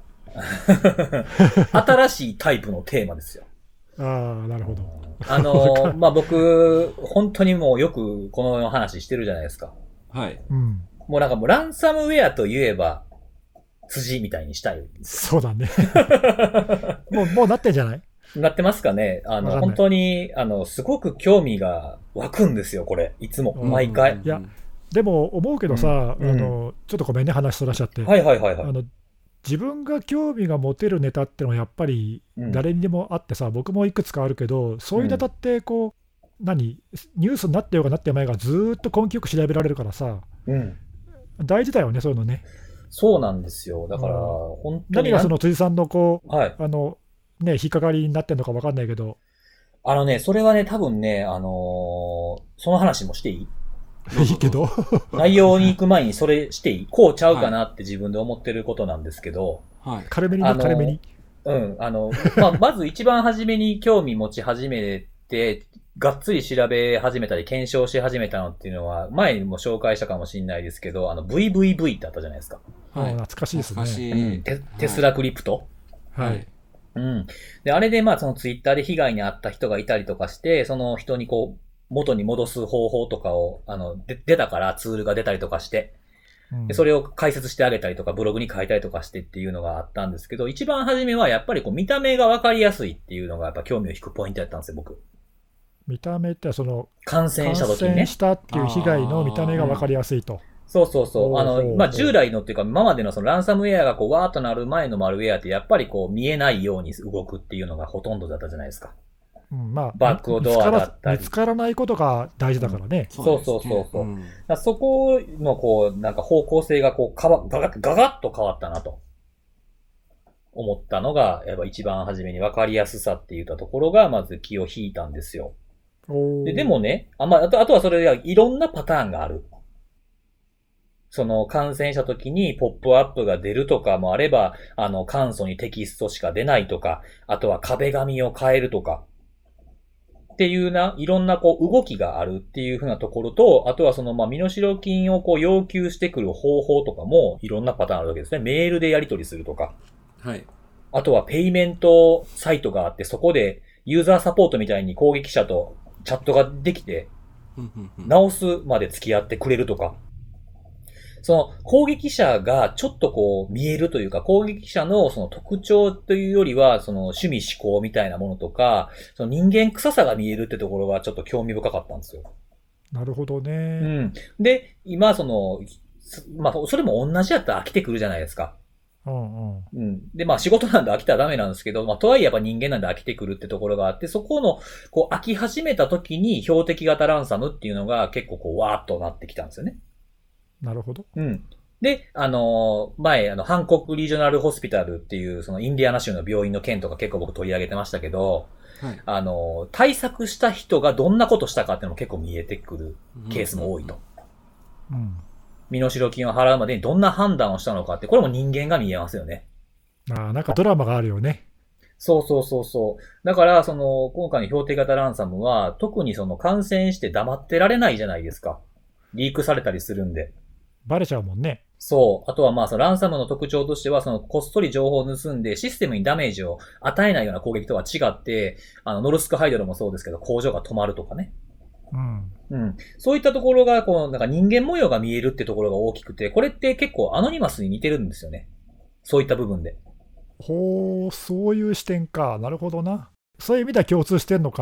新しいタイプのテーマですよ。 ああ、なるほど。 あの、まあ、僕、本当にもうよくこの話してるじゃないですか。 はい。 うん。 もうなんかもうランサムウェアといえば、辻みたいにしたいんですそうだね。もう、もうなってんじゃない？ よ。なってますかね？あの、 わかんない本当に、あの、すごく興味が湧くんですよ、これ。いつも。 うん毎回。 いやでも思うけどさ、 うんあのちょっとごめんね、話そらしちゃって、 はいはいはいはい。 あの自分が興味が持てるネタってのはやっぱりうん誰にでもあってさ、僕もいくつかあるけど、そういうネタってこう、何、ニュースになってようがなってまいがずーっと根気よく調べられるからさ、 うん。 大事だよね、そういうのね。 そうなんですよ。だから、 うん本当に。 何がその辻さんのこう、 はい。 あのね、引っかかりになってるのか分かんないけど、 あのね、それはね、多分ね、あのーその話もしていい？ いいけど、 内容に行く前にそれしていい？こうちゃうかなって自分で思ってることなんですけど、 はい。 軽めにね、 あの軽めに。 うん、あの、まあ、まず一番初めに興味持ち始めて、がっつり調べ始めたり検証し始めたのっていうのは、前にも紹介したかもしれないですけど、あの ブイブイブイ ってあったじゃないですか。 はい。 あ懐かしいですね懐かしうんい。 テテスラクリプト。 はいはい。 うん。で、あれでまあそのツイッターで被害に遭った人がいたりとかして、その人にこう、元に戻す方法とかを、あの、で出たからツールが出たりとかして、 うんでそれを解説してあげたりとか、ブログに書いたりとかしてっていうのがあったんですけど、一番初めはやっぱりこう見た目がわかりやすいっていうのがやっぱ興味を引くポイントだったんですよ、僕。 見た目ってその感染感した時にね。 染したっていう被害の見た目が分かりやすいと。 そうそうそう。あの、 ほうほうほうまあ、従来のっていうか、今までのそのランサムウェアがこう、わーっとなる前のマルウェアって、やっぱりこう、見えないように動くっていうのがほとんどだったじゃないですか。 うんまあ、 バックドアだったり見つから見つからないことが大事だからね。 そうそうそうそううんだからそこのこう、なんか方向性がこう、かわ、ガガッ、ガガッと変わったなと。思ったのが、やっぱ一番初めに分かりやすさって言ったところが、まず気を引いたんですよ。 おーで、でもね、あ、まあ、あと、あとはそれがいろんなパターンがある。その感染した時にポップアップが出るとかもあれば、あの簡素にテキストしか出ないとか、あとは壁紙を変えるとか、っていうな、いろんなこう動きがあるっていうふうなところと、あとはそのまあ身代金をこう要求してくる方法とかもいろんなパターンあるわけですね。メールでやり取りするとか。 はい。 あとはペイメントサイトがあって、そこでユーザーサポートみたいに攻撃者とチャットができて、 うんうんうん直すまで付き合ってくれるとか。その攻撃者がちょっとこう見えるというか、攻撃者のその特徴というよりは、その趣味思考みたいなものとか、その人間臭さが見えるってところがちょっと興味深かったんですよ。 なるほどうね。 ん。で、今その、まあ、それも同じやったら飽きてくるじゃないですか。 うんうん。 うん。で、まあ仕事なんで飽きたらダメなんですけど、まあとはいえやっぱ人間なんで飽きてくるってところがあって、そこの、こう飽き始めた時に標的型ランサムっていうのが結構こうわーっとなってきたんですよね。 なるほど。 うん。で、あのー前、あの、ハンコックリージョナルホスピタルっていう、そのインディアナ州の病院の件とか結構僕取り上げてましたけど、 はい。 あのー対策した人がどんなことしたかっていうのも結構見えてくるケースも多いと。 うん。 身代金を払うまでにどんな判断をしたのかって、これも人間が見えますよね。 ああ、なんかドラマがあるよね。 そうそうそうそう。だから、その、今回の標的型ランサムは、特にその感染して黙ってられないじゃないですか。リークされたりするんで。 バレちゃうもんね。 そう。あとはまあ、そのランサムの特徴としては、そのこっそり情報を盗んでシステムにダメージを与えないような攻撃とは違って、あの、ノルスクハイドルもそうですけど、工場が止まるとかね。 うん。 うん。そういったところが、こう、なんか人間模様が見えるってところが大きくて、これって結構アノニマスに似てるんですよね。そういった部分で。 ほう、そういう視点か。なるほどな。そういう意味では共通してんのか。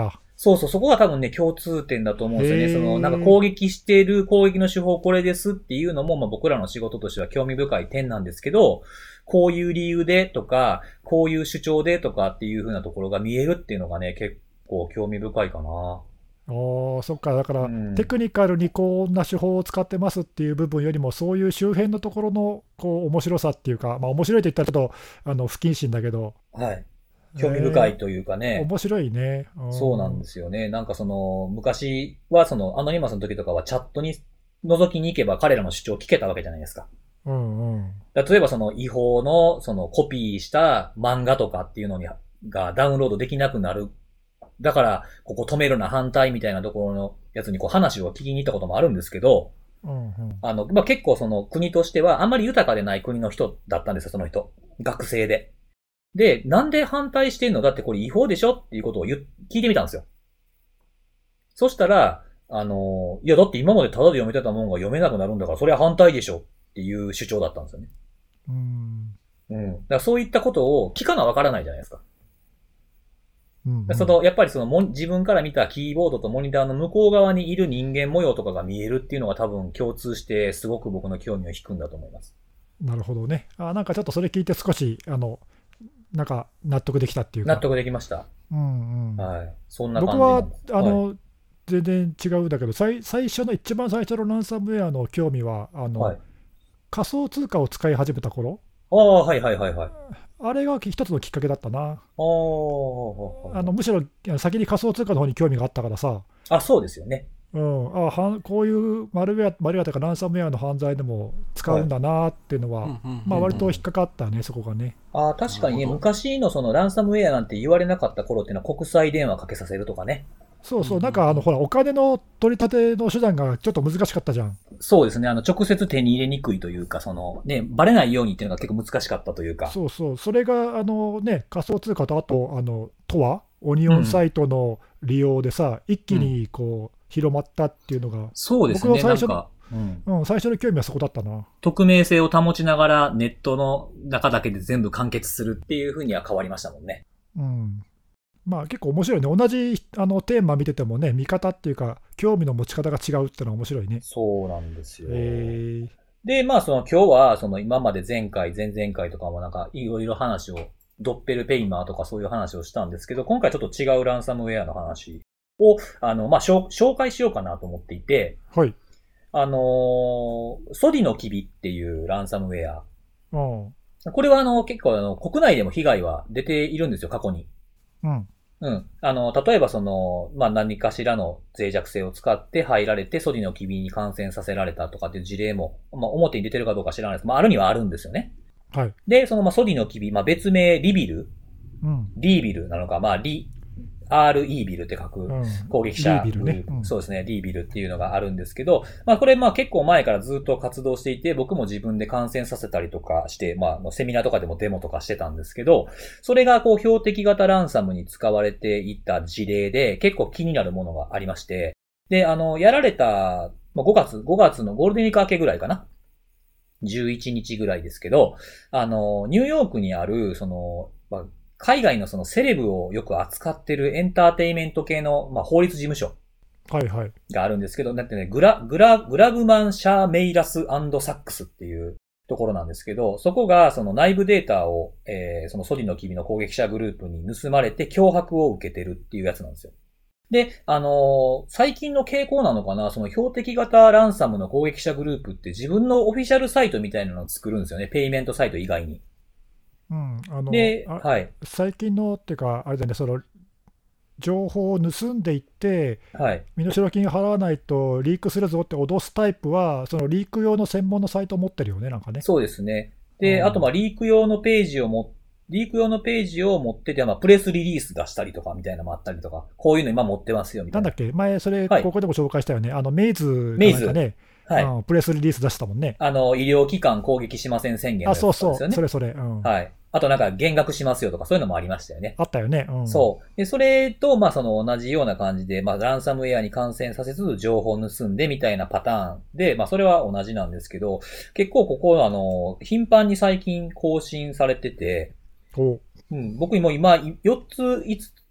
そうそう、そこが多分ね、共通点だと思うんですよね。 へーその、なんか攻撃している攻撃の手法これですっていうのも、まあ僕らの仕事としては興味深い点なんですけど、こういう理由でとか、こういう主張でとかっていう風なところが見えるっていうのがね、結構興味深いかな。 ああ、そっか、だから、 うんテクニカルにこんな手法を使ってますっていう部分よりも、そういう周辺のところのこう面白さっていうか、まあ、面白いと言ったらちょっとあの不謹慎だけど、 はい。興味深いというかえーね。 面白いね。 そうなんですすよね。なんかその、昔はその、アノニマスの時とかはチャットに覗きに行けば彼らの主張を聞けたわけじゃないですか。 うんうん。 例えばその違法のそのコピーした漫画とかっていうのにがダウンロードできなくなる。だからここ止めるな反対みたいなところのやつにこう話を聞きに行ったこともあるんですけど、 うんうん、 あの、まあ、結構その国としてはあんまり豊かでない国の人だったんですよ、その人。学生で。で、なんで反対してんのだってこれ違法でしょっていうことを言聞いてみたんですよ。そしたら、あの、いやだって今までタダで読めてたものが読めなくなるんだからそれは反対でしょっていう主張だったんですよね。 うんうん。だからそういったことを聞かなわからないじゃないですか。 うんうん、 その、やっぱりそのも、自分から見たキーボードとモニターの向こう側にいる人間模様とかが見えるっていうのが多分共通して、すごく僕の興味を引くんだと思います。 なるほどね。あ、なんかちょっとそれ聞いて少し、あの、なんか納得できたっていうか。 納得できました。 うんうん、 はい。そんな感じ僕はなんです。 あの、 はい、 全然違うんだけど、最最初の、一番最初のランサムウェアの興味は、あの、 はい。 仮想通貨を使い始めた頃、 ああ、はいはいはいはい。 あれが一つのきっかけだったな。 ああ、 あのむしろ先に仮想通貨の方に興味があったからさ、 あ、そうですよね。 うん、あはこういうマルウェア、マルウェアというかランサムウェアの犯罪でも使うんだなっていうのは、 うんうんうんうんまあ割と引っかかったね、そこがね。 ああ、確かにね、 なるほど昔のそのランサムウェアなんて言われなかった頃っていうのは国際電話かけさせるとかね。 そうそう、 うんうんうんなんかあのほら、お金の取り立ての手段がちょっと難しかったじゃん。 そうですね。あの、直接手に入れにくいというか、その、ね、バレないようにっていうのが結構難しかったというか。 そうそう、それがあの、ね、仮想通貨と、あと、あのトア、オニオンうん。 サイトの利用でさ、一気うん。 にこう広まったっていうのが、 そうですね。 僕の最初の、 なんか、うん。 うん、最初の興味はそこだったな。 匿名性を保ちながらネットの中だけで全部完結するっていう風には変わりましたもんね。 うんまあ、結構面白いね。同じあのテーマ見ててもね、見方っていうか、興味の持ち方が違うってのは面白いね。 そうなんですよ。 えー、 で、まあその今日は、その今まで前回、前々回とかもなんかいろいろ話を、ドッペルペイマーとかそういう話をしたんですけど、今回ちょっと違うランサムウェアの話を、あの、まあ紹紹介しようかなと思っていて、 はい。 あのーソディのキビっていうランサムウェア。 うんこれはあの、結構あの、国内でも被害は出ているんですよ、過去に。 うんうん。あの、例えばその、まあ、何かしらの脆弱性を使って入られて、ソディの機敏に感染させられたとかっていう事例も、まあ、表に出てるかどうか知らないです。まあ、あるにはあるんですよね。 はい。 で、その、まあ、ソディの機敏、まあ、別名、リビルうんリービルなのか、まあ、リ、アールイー ビルって書くうん、 攻撃リービルね。 者グループ、 うん、 そうですね、リービルっていうのがあるんですけど、まあこれまあ結構前からずっと活動していて、僕も自分で感染させたりとかして、まあセミナーとかでもデモとかしてたんですけど、それがこう標的型ランサムに使われていった事例で結構気になるものがありまして、で、あの、やられた、まあ、ごがつ、ごがつのゴールデンウィーク明けぐらいかな。じゅういちにちぐらいですけど、あの、ニューヨークにある、その、まあ海外のそのセレブをよく扱ってるエンターテイメント系の、まあ、法律事務所はいはい。 があるんですけど、だってね、グラ、グラ、グラブマン・シャー・メイラス・サックスっていうところなんですけど、そこがその内部データを、えー、そのソディの機微の攻撃者グループに盗まれて脅迫を受けてるっていうやつなんですよ。で、あのー最近の傾向なのかな、その標的型ランサムの攻撃者グループって自分のオフィシャルサイトみたいなのを作るんですよね。ペイメントサイト以外に。 うん、あので、 あはい。 最近のっていうか、あれだね、その情報を盗んでいって、 はい。 身代金払わないとリークするぞって脅すタイプは、そのリーク用の専門のサイトを持ってるよね、なんかね。 そうですね。で、あとうん、 まあリーク用のページをも、リーク用のページを持ってて、まあプレスリリース出したりとかみたいなのもあったりとか、こういうの今持ってますよみたいな。 なんだっけ、前、それ、 はい。 ここでも紹介したよね、あのメイズメイズ。 かなんかね、 はい。 うん、プレスリリース出したもんね。 あの、医療機関攻撃しません宣言あ、 のやつそうそう、 とかですよね。 それそれ、うん、 はい。あとなんか減額しますよとかそういうのもありましたよね。 あったよね。うん、 そう。で、それと、まあ、その同じような感じで、まあ、ランサムウェアに感染させつつ情報を盗んでみたいなパターンで、まあ、それは同じなんですけど、結構ここ、あの、頻繁に最近更新されてて、 おうん、僕も今、よっつ、いつ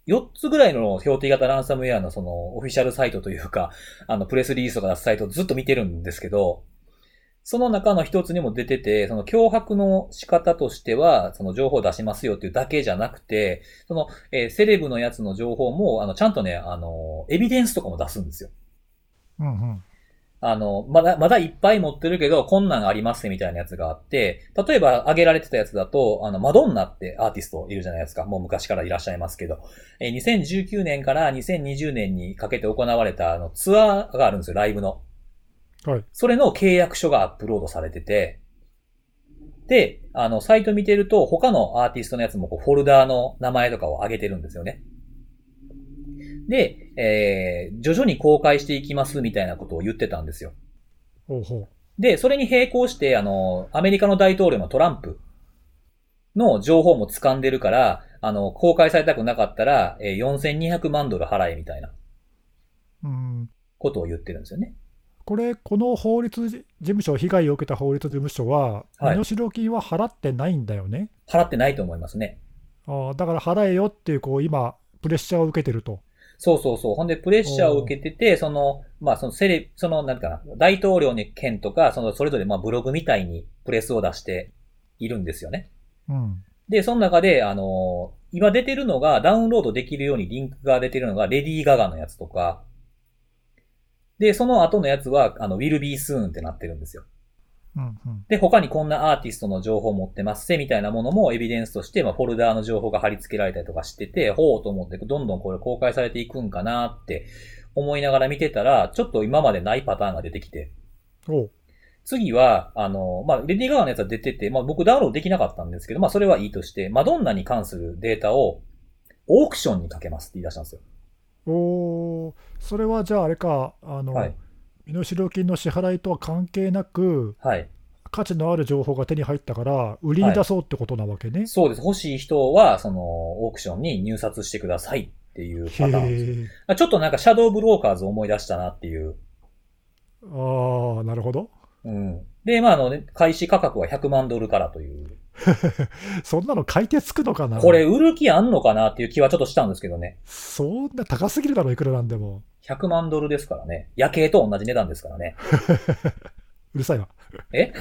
よっつぐらいの標的型ランサムウェアのそのオフィシャルサイトというか、あのプレスリリースとか出すサイトをずっと見てるんですけど、その中の一つにも出てて、その脅迫の仕方としては、その情報を出しますよっていうだけじゃなくて、その、えー、セレブのやつの情報も、あの、ちゃんとね、あの、エビデンスとかも出すんですよ。 うんうん。 あの、まだ、まだいっぱい持ってるけど、こんなんありますねみたいなやつがあって、例えば挙げられてたやつだと、あの、マドンナってアーティストいるじゃないですか。もう昔からいらっしゃいますけど。えー、にせんじゅうきゅうねんからにせんにじゅうねんにかけて行われたあのツアーがあるんですよ、ライブの。 はい。 それの契約書がアップロードされてて、で、あの、サイト見てると、他のアーティストのやつもこうフォルダーの名前とかを上げてるんですよね。で、えー、徐々に公開していきますみたいなことを言ってたんですよ。 ほうほで、それに並行して、あの、アメリカの大統領のトランプの情報も掴んでるから、あの、公開されたくなかったら、えー、よんせんにひゃくまんドル払えみたいなう。うん。 ことを言ってるんですよね。 これ、この法律事務所、被害を受けた法律事務所は、 はい身代金は払ってないんだよね。 払ってないと思いますね。 ああ、だから払えよっていう、こう、今、プレッシャーを受けてると。 そうそうそう。ほんで、プレッシャーを受けてて、その、まあ、そのセレ、その、なんかな、大統領の件とか、その、それぞれ、まあ、ブログみたいにプレスを出しているんですよね。 うん。 で、その中で、あの、今出てるのが、ダウンロードできるようにリンクが出てるのが、レディー・ガガのやつとか、で、その後のやつは、あの、Will Be Soon ってなってるんですよ。 うんうん。 で、他にこんなアーティストの情報を持ってますせ、みたいなものもエビデンスとして、まあ、フォルダーの情報が貼り付けられたりとかしてて、ほうと思って、どんどんこれ公開されていくんかなって思いながら見てたら、ちょっと今までないパターンが出てきて、 おう。 次は、あの、まあ、レディー・ガガのやつは出てて、まあ、僕ダウンロードできなかったんですけど、まあ、それはいいとして、マドンナに関するデータをオークションにかけますって言い出したんですよ。 おー、それはじゃああれか、あの、 はい。 身代金の支払いとは関係なく、 はい。 価値のある情報が手に入ったから、売りにはい。 出そうってことなわけね。 そうです。欲しい人は、その、オークションに入札してくださいっていうへパターンですよ。 え。 ちょっとなんかシャドーブローカーズを思い出したなっていう。 ああ、なるほど。 うん。で、まあ、あのね、開始価格はひゃくまんドルからという。 そんなの買い手つくのかな。 これ売る気あんのかなっていう気はちょっとしたんですけどね。 そんな高すぎるだろ、いくらなんでも。 ひゃくまんドルですからね。夜景と同じ値段ですからね。 うるさいわ。 え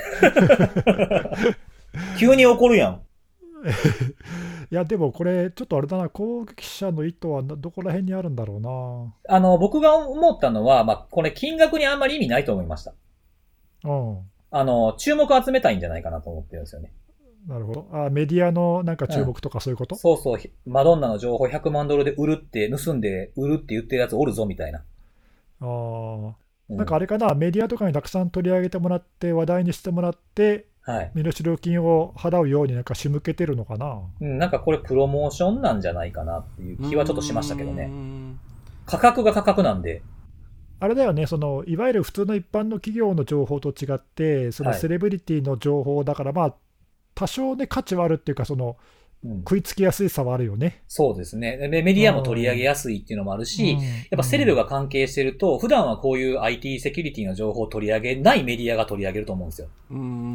急に怒るやん。 いや、でもこれ、ちょっとあれだな、攻撃者の意図はなどこら辺にあるんだろうな。 あの、僕が思ったのは、まあ、これ金額にあんまり意味ないと思いました。 うん。 あの、注目を集めたいんじゃないかなと思ってるんですよね。 なるほど。あ、メディアのなんかうん。 注目とかそういうこと。 そうそう、マドンナの情報ひゃくまんドルで売るって、盗んで売るって言ってるやつおるぞみたいな。 ああ。なんかあうん。 れかな、メディアとかにたくさん取り上げてもらって、話題にしてもらって、 はい。 身代金を払うようになんか仕向けてるのかな。 うん、なんかこれプロモーションなんじゃないかなっていううー気はちょっとしましたけどね。 ん。 価格が価格なんで。 あれだよね、そのいわゆる普通の一般の企業の情報と違って、そのはい。 セレブリティの情報だから、まあ、多少ね、価値はあるっていうか、そのうん。 食いつきやすいさはあるよね。 そうですね。でメデうィアも取り上げん、 やすいっていうのもあるし、 うん、 やっぱセレブうん。 が関係してると、普段はこういう アイティー セキュリティの情報を取り上げないメディアが取り上げると思うんですよ。 うん、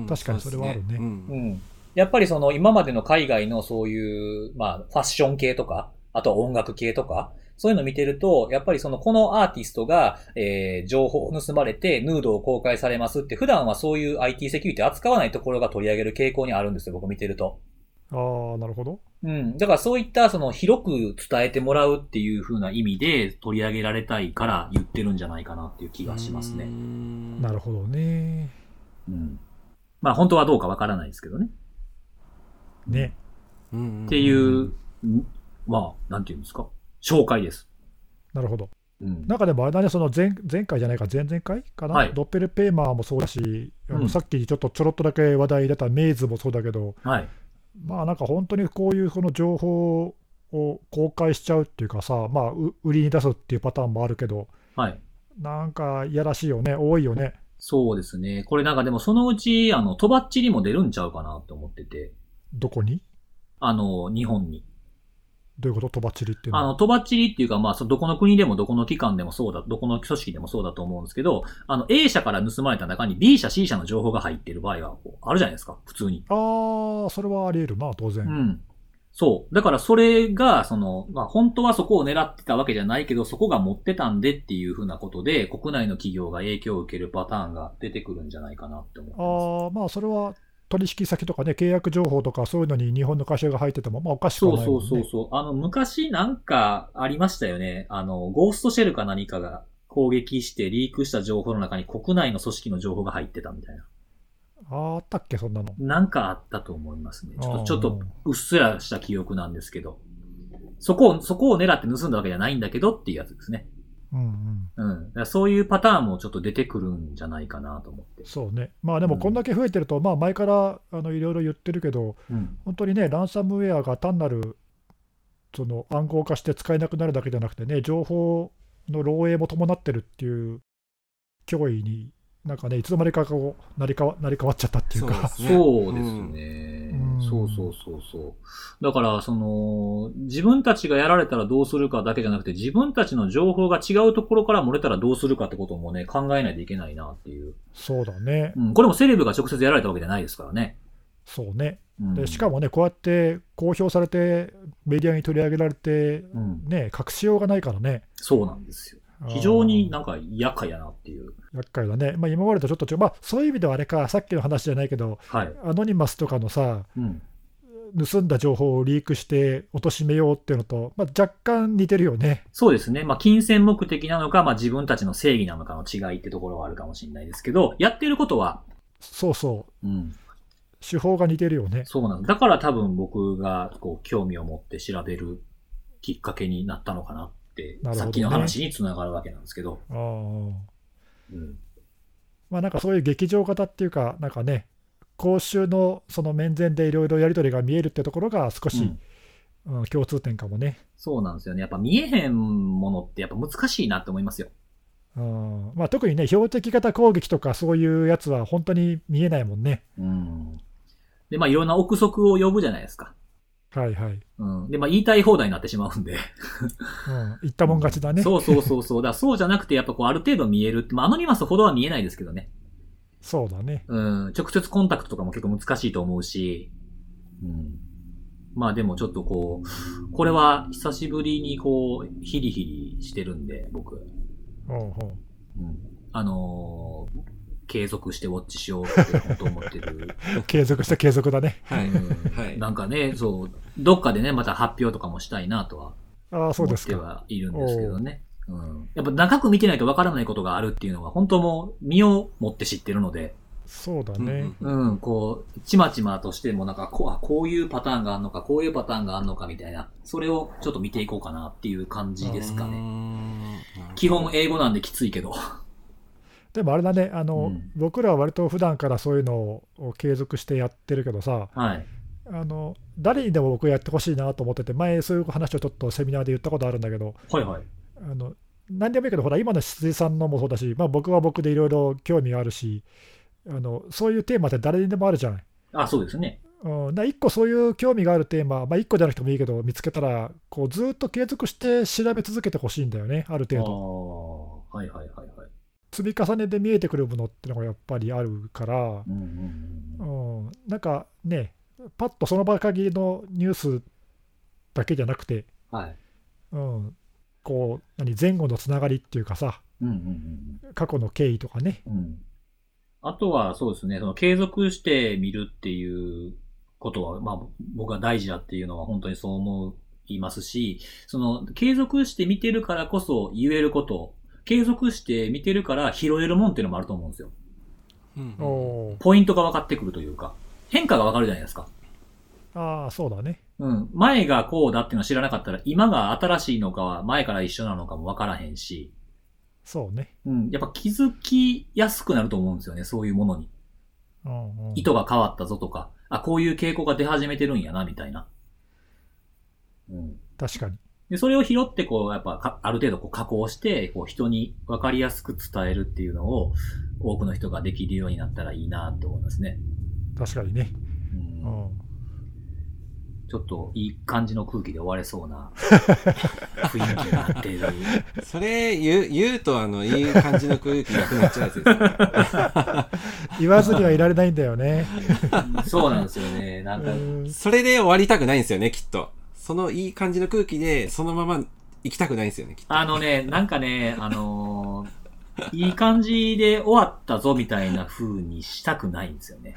確かにそそうですね。 れはあるね。 うん。 うん。やっぱりその今までの海外のそういう、まあ、ファッション系とか、あとは音楽系とか、そういうのを見てると、やっぱりそのこのアーティストが、えー、情報を盗まれて、ヌードを公開されますって、普段はそういう アイティー セキュリティ扱わないところが取り上げる傾向にあるんですよ、僕見てると。 ああ、なるほど。 うん。だからそういったその広く伝えてもらうっていう風な意味で取り上げられたいから言ってるんじゃないかなっていう気うーがしますね。 ん。 なるほどね。 うん。まあ本当はどうかわからないですけどね。うん、っね。 うんうんていう、まあ、なんていうんですか。紹介です。 なるほど。 うん。 なんかでもあれだね、その前前回じゃないか、前々回かな、 はい。 ドッペルペーマーもそうだし、あうん。 のさっきちょっとちょろっとだけ話題出たメイズもそうだけど、 はい。 まあなんか本当にこういうその情報を公開しちゃうっていうかさ、まあう売りに出すっていうパターンもあるけど、 はい。 なんかいやらしいよね、多いよね。 そうですね。これなんかでもそのうち、あの、とばっちりも出るんちゃうかなって思ってて。 どこにあの、日本に。 どういうこと、とばっちりっていうのは。 あの、とばっちりっていうか、まあ、そどこの国でもどこの機関でもそうだ、どこの組織でもそうだと思うんですけど、あの、A 社から盗まれた中に B 社、C 社の情報が入っている場合があるじゃないですか、普通に。 ああ、それはあり得るな、当然。 うん。 そう。だからそれが、その、まあ、本当はそこを狙ってたわけじゃないけど、そこが持ってたんでっていうふうなことで、国内の企業が影響を受けるパターンが出てくるんじゃないかなって思ってます。 ああ、まあそれは取引先とかね、契約情報とかそういうのに日本の会社が入ってても、まあおかしくそうはないもんね。 そうそうそう。あの、昔なんかありましたよね。あの、ゴーストシェルか何かが攻撃してリークした情報の中に国内の組織の情報が入ってたみたいな。 あーあったっけ、そんなの。 なんかあったと思いますね。ちょっと、 あーちょっと、うっすらした記憶なんですけど。そこを、そこを狙って盗んだわけじゃないんだけどっていうやつですね。 うんうん。 うん。だからそういうパターンもちょっと出てくるんじゃないかなと思って。 そうね。まあでもこんだけ増えてると、まあ前からあのいろいろ言ってるけど、 うん。 本当にね、ランサムウェアが単なるその暗号化して使えなくなるだけじゃなくてね、情報の漏洩も伴ってるっていう脅威に、なんかね、いつの間にかこう成り変わ成り変わっちゃったっていうか、 そうですね。 そうですね。 うんそうそうそうそう。だから、その、自分たちがやられたらどうするかだけじゃなくて、自分たちの情報が違うところから漏れたらどうするかってこともね、考えないといけないなっていう。 そうだね、 うん。これもセレブが直接やられたわけじゃないですからね。 そうね。 うん、 でしかもね、こうやって公表されて、メディアに取り上げられて、 うん、 ね、隠しようがないからね。 そうなんですよ。非常になんか厄介やなっていう。 厄介だね。まあ、今までとちょっと違う、まあ、そういう意味ではあれか、さっきの話じゃないけど、 はい。 アノニマスとかのさ、 うん。 盗んだ情報をリークして貶めようっていうのと、まあ、若干似てるよね。 そうですね。まあ、金銭目的なのか、まあ、自分たちの正義なのかの違いってところはあるかもしれないですけど、やってることは、 そうそう、 うん。 手法が似てるよね。 そうなんだ。だから多分僕がこう興味を持って調べるきっかけになったのかなって、 なるほどね、 さっきの話につながるわけなんですけど。 ああ、 うん。 まあなんかそういう劇場型っていうか、なんかね、公衆のその面前でいろいろやり取りが見えるってところが少し、 うんうん、共通点かもね。 そうなんですよね。やっぱ見えへんものってやっぱ難しいなって思いますよ。 うんまあ、特にね、標的型攻撃とかそういうやつは本当に見えないもんね。 うん。で、まあいろんな憶測を呼ぶじゃないですか。 はいはい。 うん。で、まあ言いたい放題になってしまうんで。 うん、言ったもん勝ちだね。 そうそうそうそう。だからそうじゃなくてやっぱこうある程度見えるって、まあアノニマスほどは見えないですけどね。 そうだね。 うん。直接コンタクトとかも結構難しいと思うし。うん。まあでもちょっとこう、これは久しぶりにこう、ヒリヒリしてるんで、僕。 ほうほううん。あのー、継続してウォッチしようって本当思ってる。 継続して継続だね。 はい。 うんはいなんかね、そう、どっかでね、また発表とかもしたいなとはああ、そう思ってですか。 はいるんですけどね。うん。やっぱ長く見てないとわからないことがあるっていうのは、本当もう身をもって知ってるので、 そうだね。 うんうん、こう、ちまちまとしてもなんかこう、あこういうパターンがあるのか、こういうパターンがあるのかみたいな、それをちょっと見ていこうかなっていう感じですかうーね。 んなるほど基本英語なんできついけど。 でもあれだね、あの、 うん僕らは割と普段からそういうのを継続してやってるけどさ、 はい。 あの誰にでも僕やってほしいなと思ってて、前そういう話をちょっとセミナーで言ったことあるんだけど、 はいはい。 あの何でもいいけど、ほら、今の筒井さんのもそうだし、まあ、僕は僕でいろいろ興味があるし、あのそういうテーマって誰にでもあるじゃない。 あ、そうですね。 うん、だ一個そういう興味があるテーマ、まあ、一個じゃなくてもいいけど、見つけたら、こうずっと継続して調べ続けてほしいんだよね、あるああ程度。 ー、はいはいはいはい。 積み重ねで見えてくるものってのがやっぱりあるから、 うんうんうんうん。 うん、なんかね、パッとその場限りのニュースだけじゃなくて、 はい。 うん、こう何前後のつながりっていうかさ、 うんうんうん過去の経緯とかね、 うん。うん。あとはそうですね、その継続して見るっていうことは、まあ僕は大事だっていうのは本当にそう思いますし、その継続して見てるからこそ言えること、継続して見てるから拾えるもんっていうのもあると思うんですよ。 うんうんおーポイントが分かってくるというか、変化が分かるじゃないですか。 ああ、そうだね、 うん。前がこうだっていうのを知らなかったら、今が新しいのかは前から一緒なのかも分からへんし、 そうね、 うん。やっぱ気づきやすくなると思うんですよね、そういうものに。 うんうん、 意図が変わったぞとか、あ、こういう傾向が出始めてるんやな、みたいな。うん。 確かに、 で、それを拾って、こう、やっぱか、ある程度こう加工して、こう、人に分かりやすく伝えるっていうのを、多くの人ができるようになったらいいなって思いますね。 確かにね、 う。 うんん、 ちょっといい感じの空気で終われそうな雰囲気になっている。 それ言う、言うとあの、いい感じの空気なくなっちゃうやつですね。 言わずにはいられないんだよね。 そうなんですよね。なんか、 それで終わりたくないんですよね、きっと。そのいい感じの空気で、そのまま行きたくないんですよね、きっと。 あのね、なんかね、あのー、いい感じで終わったぞみたいな風にしたくないんですよね。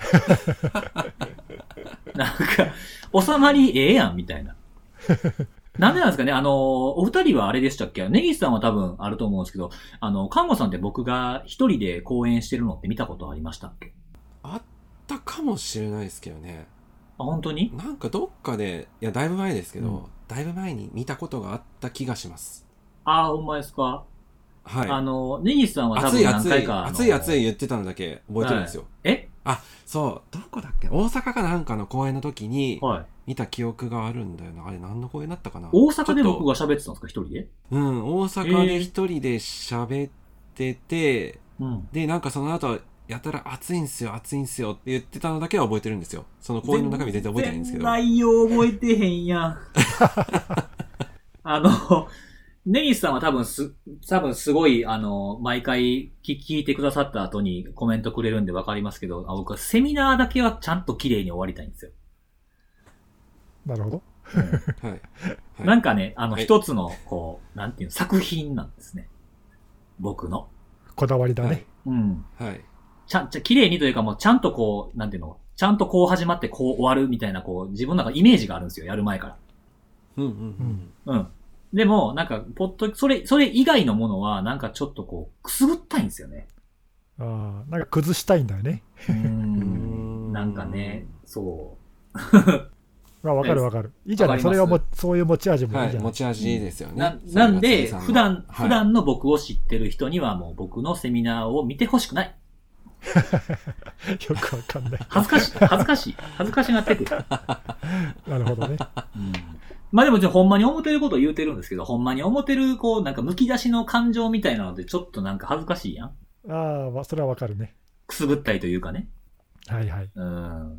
なんか、収まりええやんみたいな。なんでなんですかね、あのー、お二人はあれでしたっけ？根岸さんは多分あると思うんですけど、あの、看護さんって僕が一人で講演してるのって見たことありましたっけ？ あったかもしれないですけどね。 あ、本当に？ なんかどっかで、いや、だいぶ前ですけど、 うん、 だいぶ前に見たことがあった気がします。 あ、ほんまですか？ はい。 あの、根岸さんは多熱い熱い、 分何回か。 熱い熱い言ってたのだけ覚えてるんですよ。 はい、えあ、そう、どこだっけ？大阪かなんかの公演の時に、 はい。 見た記憶があるんだよな。あれ何の公演だったかな？ 大阪で僕が喋ってたんですか、一人で？ うん、大阪で一人で喋ってて、 うん。 で、なんかその後、やたら暑いんすよ、暑いんすよって言ってたのだけは覚えてるんですよ。その公演の中身全然覚えてないんですけど。 内容覚えてへんやん。あの、根岸さんは多分す、多分すごい、あの、毎回聞聞いてくださった後にコメントくれるんでわかりますけど、あ僕はセミナーだけはちゃんと綺麗に終わりたいんですよ。 なるほど。 はい。はい、 なんかね、あの、 はい、 一つの、こう、なんていうの、作品なんですね。僕の。 こだわりだね。はい、 うん。 はい。 ちゃん、ちゃ、綺麗にというかもうちゃんとこう、なんていうの、ちゃんとこう始まってこう終わるみたいな、こう、自分の中イメージがあるんですよ、やる前から。 うんうんうん。うん。でも、なんか、ポッド、それ、それ以外のものは、なんかちょっとこう、くすぐったいんですよね。 ああ、なんか崩したいんだよね。 うーん。なんかね、そう。 まあ、わかるわかる。いいじゃない。それはも、そういう持ち味もいいじゃない。 はい、持ち味ですよね。 な、なんで、普段、普段の僕を知ってる人にはもう僕のセミナーを見てほしくない。 よくわかんない。 恥ずかしい、恥ずかしい、恥ずかしがってくる。 なるほどね。 うん、まあでも、ほんまに思ってることを言うてるんですけど、ほんまに思ってる、こう、なんか、剥き出しの感情みたいなので、ちょっとなんか恥ずかしいやん。 ああ、それはわかるね。 くすぐったいというかね。 はいはい。 うん。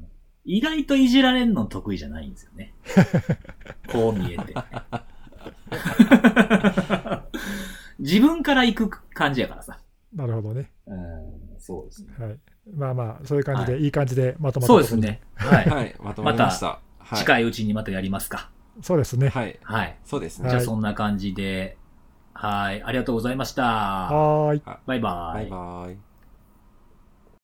意外といじられるの得意じゃないんですよね。こう見えて。自分から行く感じやからさ。 なるほどね。 うん、そうですね。 はい。まあまあ、そういう感じで、はい、いい感じでまとまった。 そうですね。はい。 はい、まとまりました。 また、近いうちにまたやりますか。 そうですね。 はい。 はい。 そうですね。 じゃあそんな感じで、はい。ありがとうございました。 はい。 バイバイ。 バイバイ。